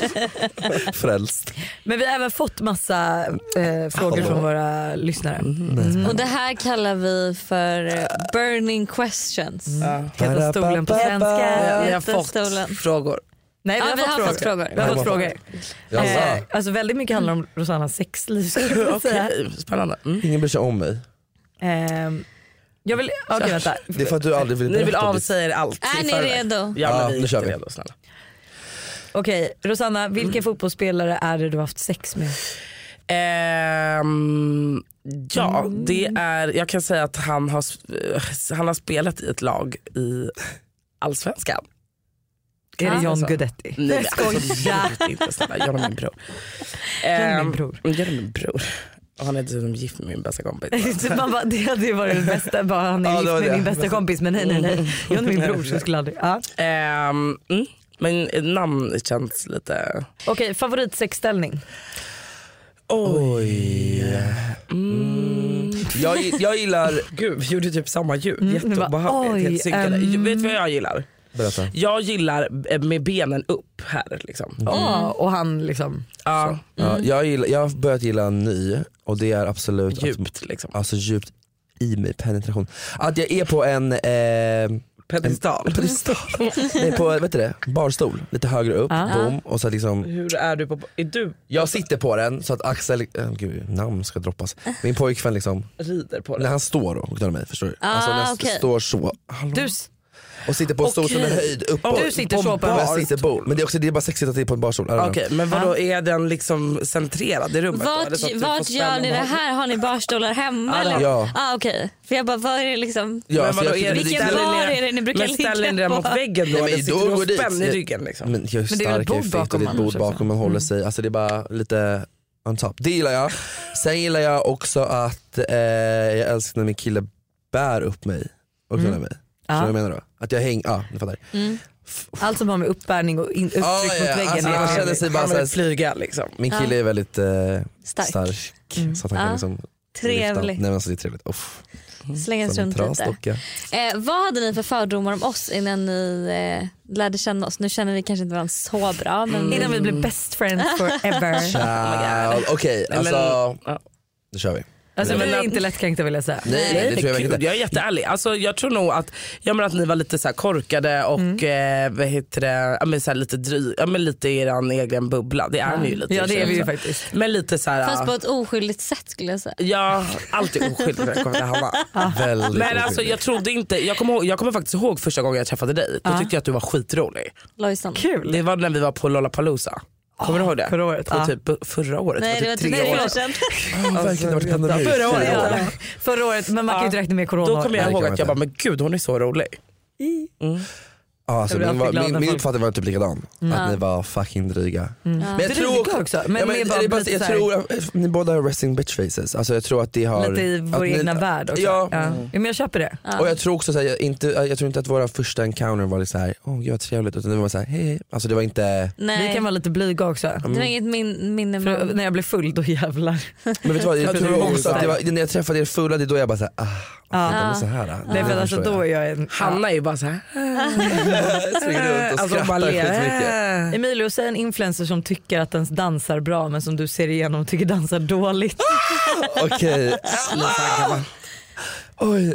Frälst. Men vi har även fått massa frågor från våra lyssnare. Och det här kallar vi för burning questions. Heta stolen på svenska. Vi har fått frågor. Nej, vi har fått frågor. Vi har fått frågor. Alltså väldigt mycket handlar om Rosannas sexliv. Okej, spännande. Ingen bryr sig om mig. Jag vill, vänta. Det är för att du aldrig vill. Ni vill avsäga allt. Är ni redo? Ja, men vi nu kör vi. Redo, snälla. Okej, Rosanna, vilken fotbollsspelare är det du har haft sex med? Det är, jag kan säga att han har spelat i ett lag i Allsvenskan. Är det John Guidetti? Nej, skojar inte, snälla. Jag är min bror. Jag är min bror. Och han är dessutom gift med min bästa kompis. Man bara, det hade ju varit det bästa. Bara, han är gift med min bästa kompis. Men nej. Jag är min bror, så skulle aldrig. Men namn känns lite... Okej, favoritsexställning. Oj. Jag gillar... Gud, vi gjorde typ samma ljud. Jätteobehagligt. Vet du vad jag gillar? Berätta. Jag gillar med benen upp här liksom. Och han liksom... Jag har börjat gilla en ny, och det är absolut djupt liksom. Alltså djupt i mig, penetration. Att jag är på en pedestal. Nej, på vet du det, barstol lite högre upp, boom, och så liksom. Hur är du på? Är du? Jag sitter på den så att Axel, gud, namn ska droppas. Min pojkvän liksom rider på den. När han står och gör mig, förstår du? Alltså när han står så. Du och sitter på en stol som är höjd uppåt. Du sitter så på en bar. Men det är bara sexigt att det är på en barstol. Okej, men vadå, är den liksom centrerad i rummet? Vart gör ni det här? Har ni barstolar hemma? Eller? Ja. Okej. För jag bara, vad är det liksom? Ja, vilken bar är det ni brukar ligga på? Men ställer ni den mot väggen då? Eller sitter du och spänner i ryggen liksom? Men jag är stark, jag är fit och det är ett bord bakom, man håller sig. Alltså det är bara lite on top. Det gillar jag. Sen gillar jag också att jag älskar när min kille bär upp mig och knullar mig. Så jag menar då? Att jag hänger, ni fattar. Allt som har med uppbärning och uttryck mot väggen. Alltså, man känner sig bara såhär, flyga liksom. Min kille är väldigt stark. Så att han kan liksom trevligt. Nej, men alltså, det är trevligt. Slängas runt lite. Vad hade ni för fördomar om oss innan ni lärde känna oss? Nu känner vi kanske inte varandra så bra, men innan vi blev best friends forever. Okej, alltså nu kör vi. Alltså, men det är inte lättkränkta, vill jag säga. Nej, det tror jag inte. Jag är jätteärlig. Alltså, jag tror nog att ni var lite så här korkade och vad heter det, men så här lite lite i er egen bubbla. Det är ni ju lite. Ja, det är vi ju faktiskt. Men lite så här, fast på ett oskyldigt sätt skulle jag säga. Ja, alltid oskyldigt när det kommer till Hanna. Men alltså jag trodde inte, jag kommer faktiskt ihåg första gången jag träffade dig. Då tyckte jag att du var skitrolig. Lojsan. Kul. Det var när vi var på Lollapalooza. Kommer du ihåg det? Förra året. På typ förra året. Nej, det var 3 år sedan. Förra året, men man kan ju inte räkna med corona. Då kommer jag ihåg att jag bara, men gud hon är så rolig. Alltså, min uppfattning var typ likadan. Att ni var fucking dryga. Men jag tror också, jag tror att ni båda har resting bitch faces. Alltså jag tror att det har lite i vår egna värld också. Ja, men jag köper det. Och jag tror också så här, jag tror inte att våra första encounter var så här, gud vad trevligt, utan det var så här, hej. Alltså det var inte. Nej. Vi kan vara lite blyga också. Det var inget minne. När jag blev full då jävlar. Men vet du vad, jag tror också att det var, när jag träffade er fulla, det är då jag bara så här, så här. Nej, men alltså då är jag Hanna är ju bara så här. Alltså Emilio, säg en influencer som tycker att den dansar bra men som du ser igenom och tycker dansar dåligt. Okej. Oj.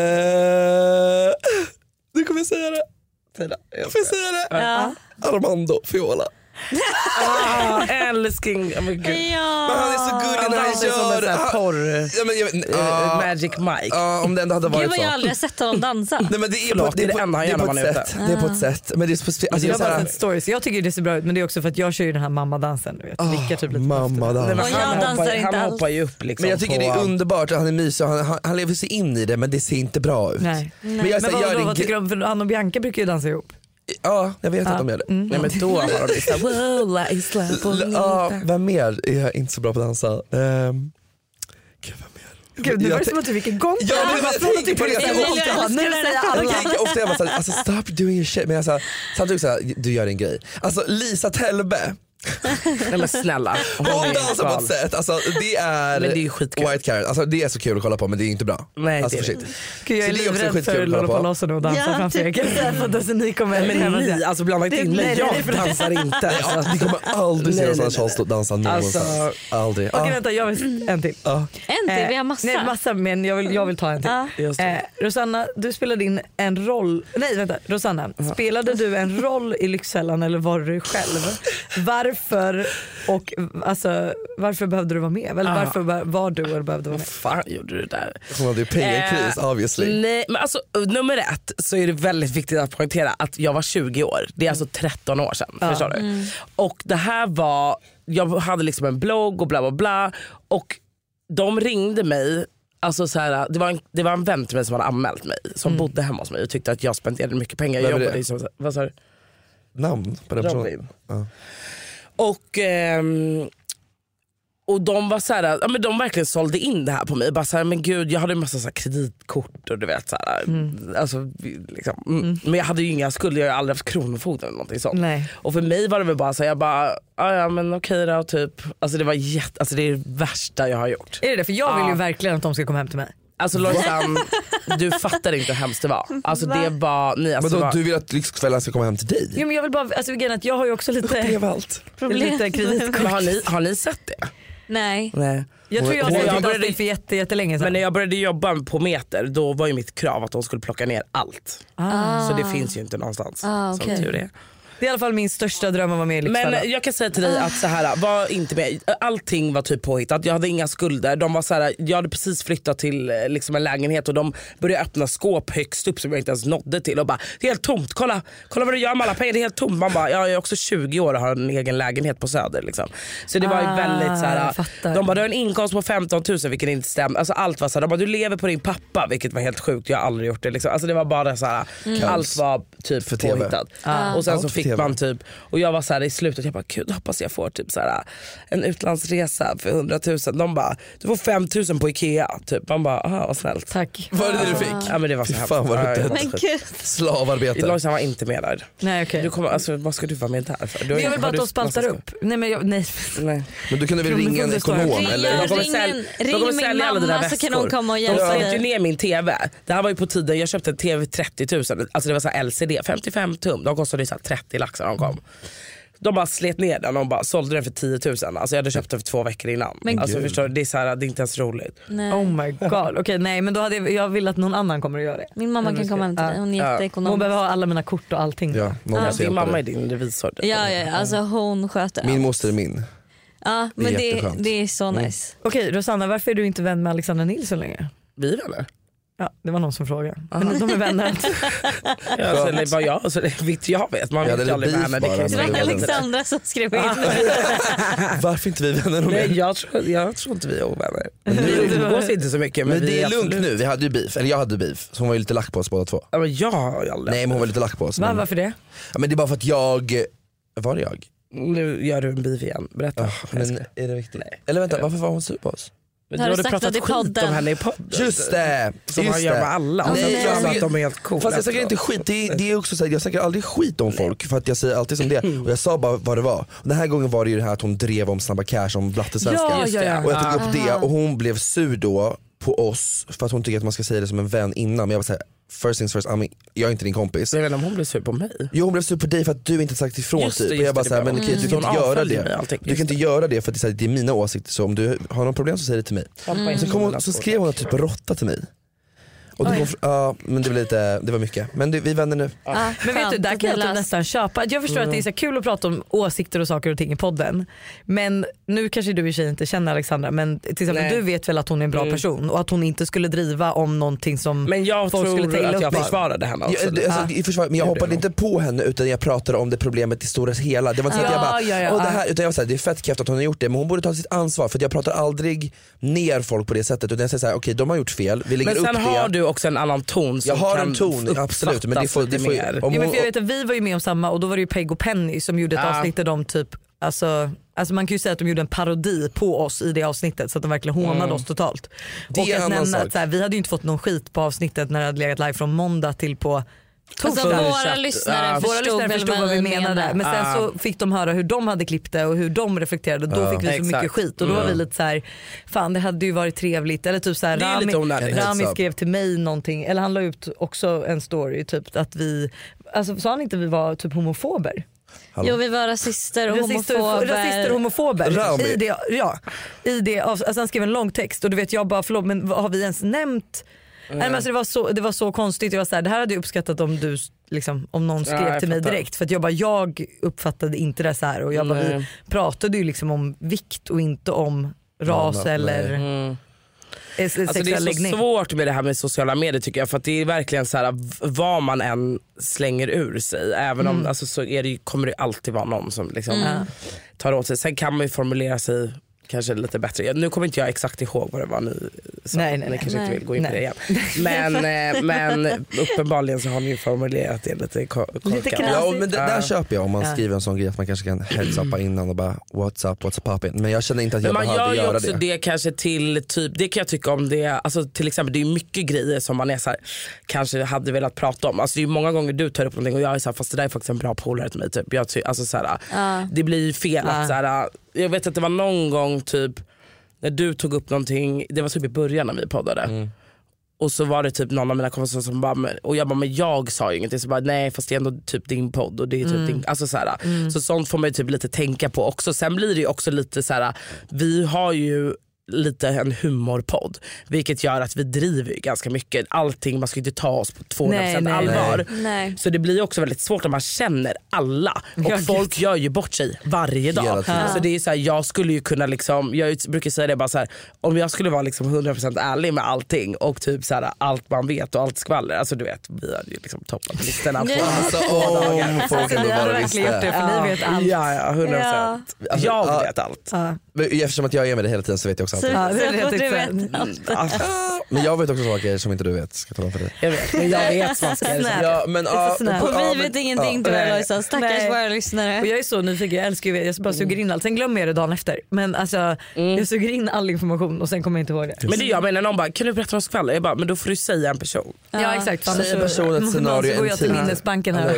Du kommer säga det. Jag får säga det. Ja. Armando Fiola. Älskling. Oh men han är så gullig när han kör porr. Magic Mike. Om det ändå hade varit så. Gud vad jag aldrig har sett honom dansa. Nej, men det är på ett sätt. Det är på ett sätt. Men det är alltså, jag har bara sett stories. Jag tycker det ser bra ut, men det är också för att jag kör ju den här mammadansen, du vet. Vickar typ lite. Mammadansen. Han hoppar ju upp liksom. Men jag tycker det är underbart att han är mysig och han lever sig in i det, men det ser inte bra ut. Nej. Men jag vad tycker du om, för han och Bianca brukar ju dansa ihop. Ja, jag vet att de gör det. Nej, men då har de såhär, vem mer är jag inte så bra på att dansa? Gud, vem mer? Gud, nu var det som att du fick igång. Ja, men jag tänker på det ofta. Jag bara såhär, alltså stop doing your shit. Men jag såhär, samtidigt såhär, du gör en grej. Alltså Lisa Tellbe. Nej men snälla. Hon dansar på ett sätt, alltså det är white carrot, alltså det är så kul att kolla på, men det är inte bra. Nej, alltså, det är Gud, jag är livrädd för Lollapalooza och dansa framför er. Så ni kommer ni, alltså blanda inte in mig, jag dansar inte. Alltså, ni kommer aldrig se någon Charles dansa någonstans. Aldrig. Okej, vänta, jag vill en till. En till, vi har massa. Nej, massa, men jag vill ta en till. Rosanna, du spelade in en roll. Nej, vänta, Rosanna, spelade du en roll i Lyxfällan eller var du själv? Varför och alltså varför behövde du vara med? Eller varför var du eller behövde vara med? Vad fan gjorde du där? Hon hade ju pengarkris, obviously. Nej, men alltså nummer 1 så är det väldigt viktigt att poängtera att jag var 20 år. Det är alltså 13 år sedan, förstår du? Och det här var, jag hade liksom en blogg och bla bla bla, och de ringde mig. Alltså så här, det var en vän till mig som hade anmält mig, som bodde hemma hos mig och tyckte att jag spenderade mycket pengar. Jag jobbade liksom, vad sa du? Namn på den personen? Och de var så här, ja men de verkligen sålde in det här på mig. Bara så här, men gud, jag hade en massa så här kreditkort och du vet så här, alltså liksom, men jag hade ju inga skulder, jag har aldrig haft kronofogden eller någonting sånt. Nej. Och för mig var det väl bara så här, jag bara ja men okej då typ. Alltså det var alltså det är det värsta jag har gjort. Är det för jag vill ju verkligen att de ska komma hem till mig. Alltså Lojsan, du fattar inte hur hemskt det var. Alltså det var men då, du vill att Lyxkvällen ska komma hem till dig? Jo, men jag vill bara, alltså att jag har ju också lite lite kreditkort. Har ni sett det? Nej. Jag tror jag började för jättelänge sedan. Men när jag började jobba på Meter, då var ju mitt krav att de skulle plocka ner allt. Så det finns ju inte någonstans. Som tur är. Det är i alla fall min största dröm att vara med i Lyxfällan. Men jag kan säga till dig att så här, var inte med. Allting var typ påhittat. Jag hade inga skulder. De var så här, jag hade precis flyttat till liksom en lägenhet och de började öppna skåp högst upp som jag inte ens nådde till och bara, det är helt tomt. Kolla vad du gör med alla pengar. Det är helt tomt. Man bara, jag är också 20 år och har en egen lägenhet på Söder liksom. Så det var ju väldigt så här. De bara, du har en inkomst på 15 000 vilket inte stämmer. Alltså allt var så här, de bara, du lever på din pappa, vilket var helt sjukt. Jag har aldrig gjort det liksom. Alltså det var bara så här, allt var typ för påhittat. Och sen så fick man typ, och jag var så här i slutet, jag bara gud, hoppas jag får typ så här en utlandsresa för 100 000. De bara, du får 5 000 på Ikea typ. Man bara, aha vad snällt. Tack. Vad är det du fick? Ja men det var så här. Fan vad du Men gud. Slavarbete. Lojsan var inte med där. Nej okej. Du kommer, alltså vad ska du vara med där för? Jag vill bara att de spaltar upp. Nej men nej. Men du kunde väl ringa en ekonom eller? Ring min mamma så kan hon komma och hjälpa dig. De släppte ner min TV. Det här var ju på tiden, jag köpte en TV 30 000. Alltså det var så här LCD, 55 tum. De kostade så här 30 laxar när de kom. De bara slet ner den och bara sålde den för 10 000. Alltså jag hade köpt den för 2 veckor innan. Men alltså förstår du, det är så här, det är inte ens roligt. Nej. Oh my god. Okej, nej men då hade jag vill att någon annan kommer att göra det. Min mamma kan komma hem till dig. Hon är jätteekonomisk. Hon behöver ha alla mina kort och allting. Ja, din mamma är din revisor. Ja, alltså hon sköter min moster är min. Ja, men det är så nice. Okej, Rosanna, varför är du inte vän med Alexandra Nilsson längre? Vi vänner. Ja, det var någon som frågade. Men de är vänner. Så vitt jag vet. Man vet ju aldrig vänner. Det var Alexandra som skrev in. Varför inte vi vänner? Nej, jag tror inte vi är ovänner. Vi umgås inte så mycket. Men det är lugnt nu. Vi hade ju beef. Eller jag hade beef. Så hon var ju lite lack på oss båda två. Ja, men jag har ju aldrig. Nej, men hon var lite lack på oss. Varför det? Ja, men det är bara för att var det jag? Nu gör du en beef igen. Berätta. Men är det viktigt? Nej. Eller vänta, varför var hon sur på oss? Men du hade pratat skit om henne i podden. Just det. Som han gör med alla. Nej, jag att de är helt coola. Fast jag säger inte skit. Det är också så här, jag säger aldrig skit om folk. För att jag säger alltid som det. Och jag sa bara vad det var. Och den här gången var det ju det här att hon drev om Snabba Cash om blattesvenska. Ja. Och jag tog upp det och hon blev sur då på oss. För att hon tycker att man ska säga det som en vän innan. Men jag var såhär, first things first, jag är inte din kompis. Jag vet inte om hon blev sur på mig. Jo, hon blev sur på dig för att du inte sagt ifrån typ. Och jag bara såhär, men okej, du kan inte göra det. Du kan inte göra det för att det är mina åsikter. Så om du har någon problem så säg det till mig. Så skrev hon typ råtta till mig. Och men det var mycket. Men vi vänner nu. Men vet du, där kan jag nästan köpa. Jag förstår att det är så kul att prata om åsikter och saker och ting i podden. Men nu kanske du i sig inte känner Alexandra. Men till exempel du vet väl att hon är en bra person. Och att hon inte skulle driva om någonting som men jag folk skulle ta illa upp. Men jag försvarade henne också. Men jag hoppade inte på henne utan jag pratade om det problemet i stora hela. Det var inte så att jag bara, det här, utan jag var så här, det är fett kräft att hon har gjort det. Men hon borde ta sitt ansvar. För jag pratar aldrig ner folk på det sättet. Utan jag säger så här, okej, de har gjort fel. Vi lägger upp det. Men sen har du också en annan ton som jag har kan en ton, absolut, men det får mer. Men jag vet att vi var ju med om samma och då var det ju Peg och Penny som gjorde ett avsnitt där de typ alltså man kan ju säga att de gjorde en parodi på oss i det avsnittet så att de verkligen hånade oss totalt. Det och att nämna att så här, vi hade ju inte fått någon skit på avsnittet när det hade legat live från måndag till på alltså, våra lyssnare förstod vad vi menade. Men sen så fick de höra hur de hade klippt det och hur de reflekterade och då fick vi så mycket skit och då var vi lite så här, fan det hade ju varit trevligt eller typ så här, Rami skrev till mig någonting eller han la ut också en story typ att vi alltså sa han inte vi var typ homofober. Jo, vi var rasister och homofober. I det alltså han skrev en lång text och du vet jag bara förlåt men har vi ens nämnt Nej, men alltså det var så konstigt. Jag var så här, det här hade jag uppskattat om du liksom, om någon skrev till mig direkt för att jag uppfattade inte det så här och jag bara, vi pratade ju liksom om vikt och inte om ras eller alltså det är så svårt med det här med sociala medier tycker jag för att det är verkligen så här vad man än slänger ur sig även om alltså, så är det, kommer det alltid vara någon som liksom tar åt sig. Sen kan man ju formulera sig kanske lite bättre. Nu kommer inte jag exakt ihåg vad det var ni sa. Ni kanske inte vill gå in på det igen. Men uppenbarligen så har ni formulerat det lite korkat. Ja, men det där köper jag om man skriver en sån grej att man kanske kan heads-uppa innan och bara what's up poppin'. Men jag känner inte att jag behöver göra det. Man gör ju också det kanske till typ, det kan jag tycka om det, alltså till exempel det är mycket grejer som man är så här, kanske hade velat prata om. Alltså det är ju många gånger du tar upp någonting och jag är så här, fast det där är faktiskt en bra polare till mig typ. Alltså så här, det blir ju fel att så här, jag vet att det var någon gång typ när du tog upp någonting, det var typ i början när vi poddade och så var det typ någon av mina kompisar som bara, och jag bara, men jag sa ju ingenting så bara, nej fast det är ändå typ din podd och det är typ din, alltså så här, så sånt får man ju typ lite tänka på också. Sen blir det ju också lite så här, vi har ju lite en humorpodd vilket gör att vi driver ju ganska mycket allting, man ska inte ta oss på 200% allvar. Nej. Så det blir också väldigt svårt när man känner alla och folk gör ju bort sig varje dag. Så det är så här, jag skulle ju kunna liksom, jag brukar säga det bara så här, om jag skulle vara liksom 100% ärlig med allting och typ så här, allt man vet och allt skvaller, alltså du vet vi har ju liksom toppat listorna på folk ni har verkligen gjort det för ni vet allt. Ja, 100%. Jag vet allt. Eftersom att jag är med det hela tiden så vet jag också så du vet allt. Men jag vet också saker som inte du vet. Ska tala för dig. Jag vet, men jag vet smasker. Och vi vet ingenting tyvärr Lojsan. Stackars våra lyssnare. Och jag är så nyfiken, jag älskar ju, jag bara suger in allt. Sen glömmer jag det dagen efter. Men alltså jag suger in all information och sen kommer jag inte ihåg det. Men det jag menar, någon bara, kan du berätta om skvaller? Jag bara, men då får du säga en person. Ja exakt. Säg en person, ett scenario, så går jag till minnesbanken här.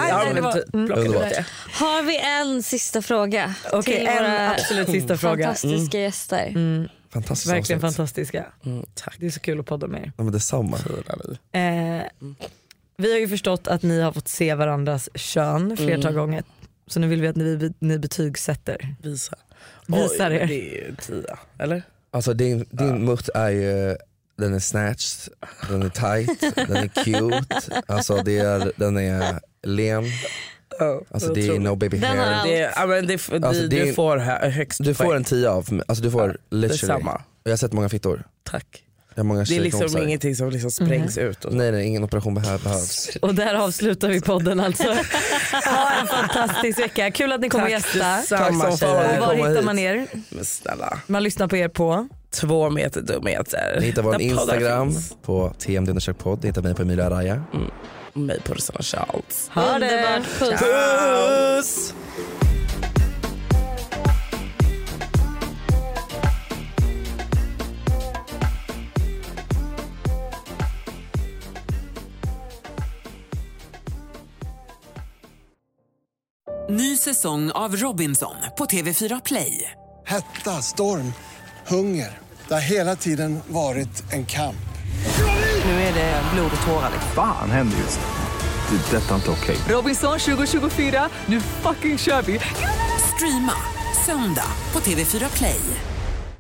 Har vi en sista fråga? Okej, en absolut sista fråga. Fantastiska gäster. Fantastiska verkligen avsnitt. Fantastiska. Tack. Det är så kul att podda med er. Ja, men det är samma. Vi har ju förstått att ni har fått se varandras kön flertal gånger. Så nu vill vi att ni betygsätter. Visar er. Det är ju 10, eller? Alltså din mutt är ju, den är snatched, den är tight, den är cute. Alltså den är len. Alltså det är no baby hair. Du får högst. Du får en 10 av, alltså du får literally. Detsamma. Jag har sett många fittor. Tack. Det är liksom ingenting som liksom sprängs ut. Och nej, ingen operation behövs. Och där avslutar vi podden alltså. Ha en fantastisk vecka. Kul att ni kommer gästa. Tack så fan. Var hittar man er? Men snälla. Man lyssnar på er på 2 meter dumheter. Ni hittar vår Instagram på TMD_podd. Ni hittar mig på Emilia Araya. Mig på Rosanna Charles. Ha det. Puss. Ny säsong av Robinson på TV4 Play. Hetta, storm, hunger. Det har hela tiden varit en kamp. Nu är det blod och tårar. Fan händer just det. Det är detta inte okej. Robinson 2024, nu fucking kör vi. Streama söndag på TV4 Play.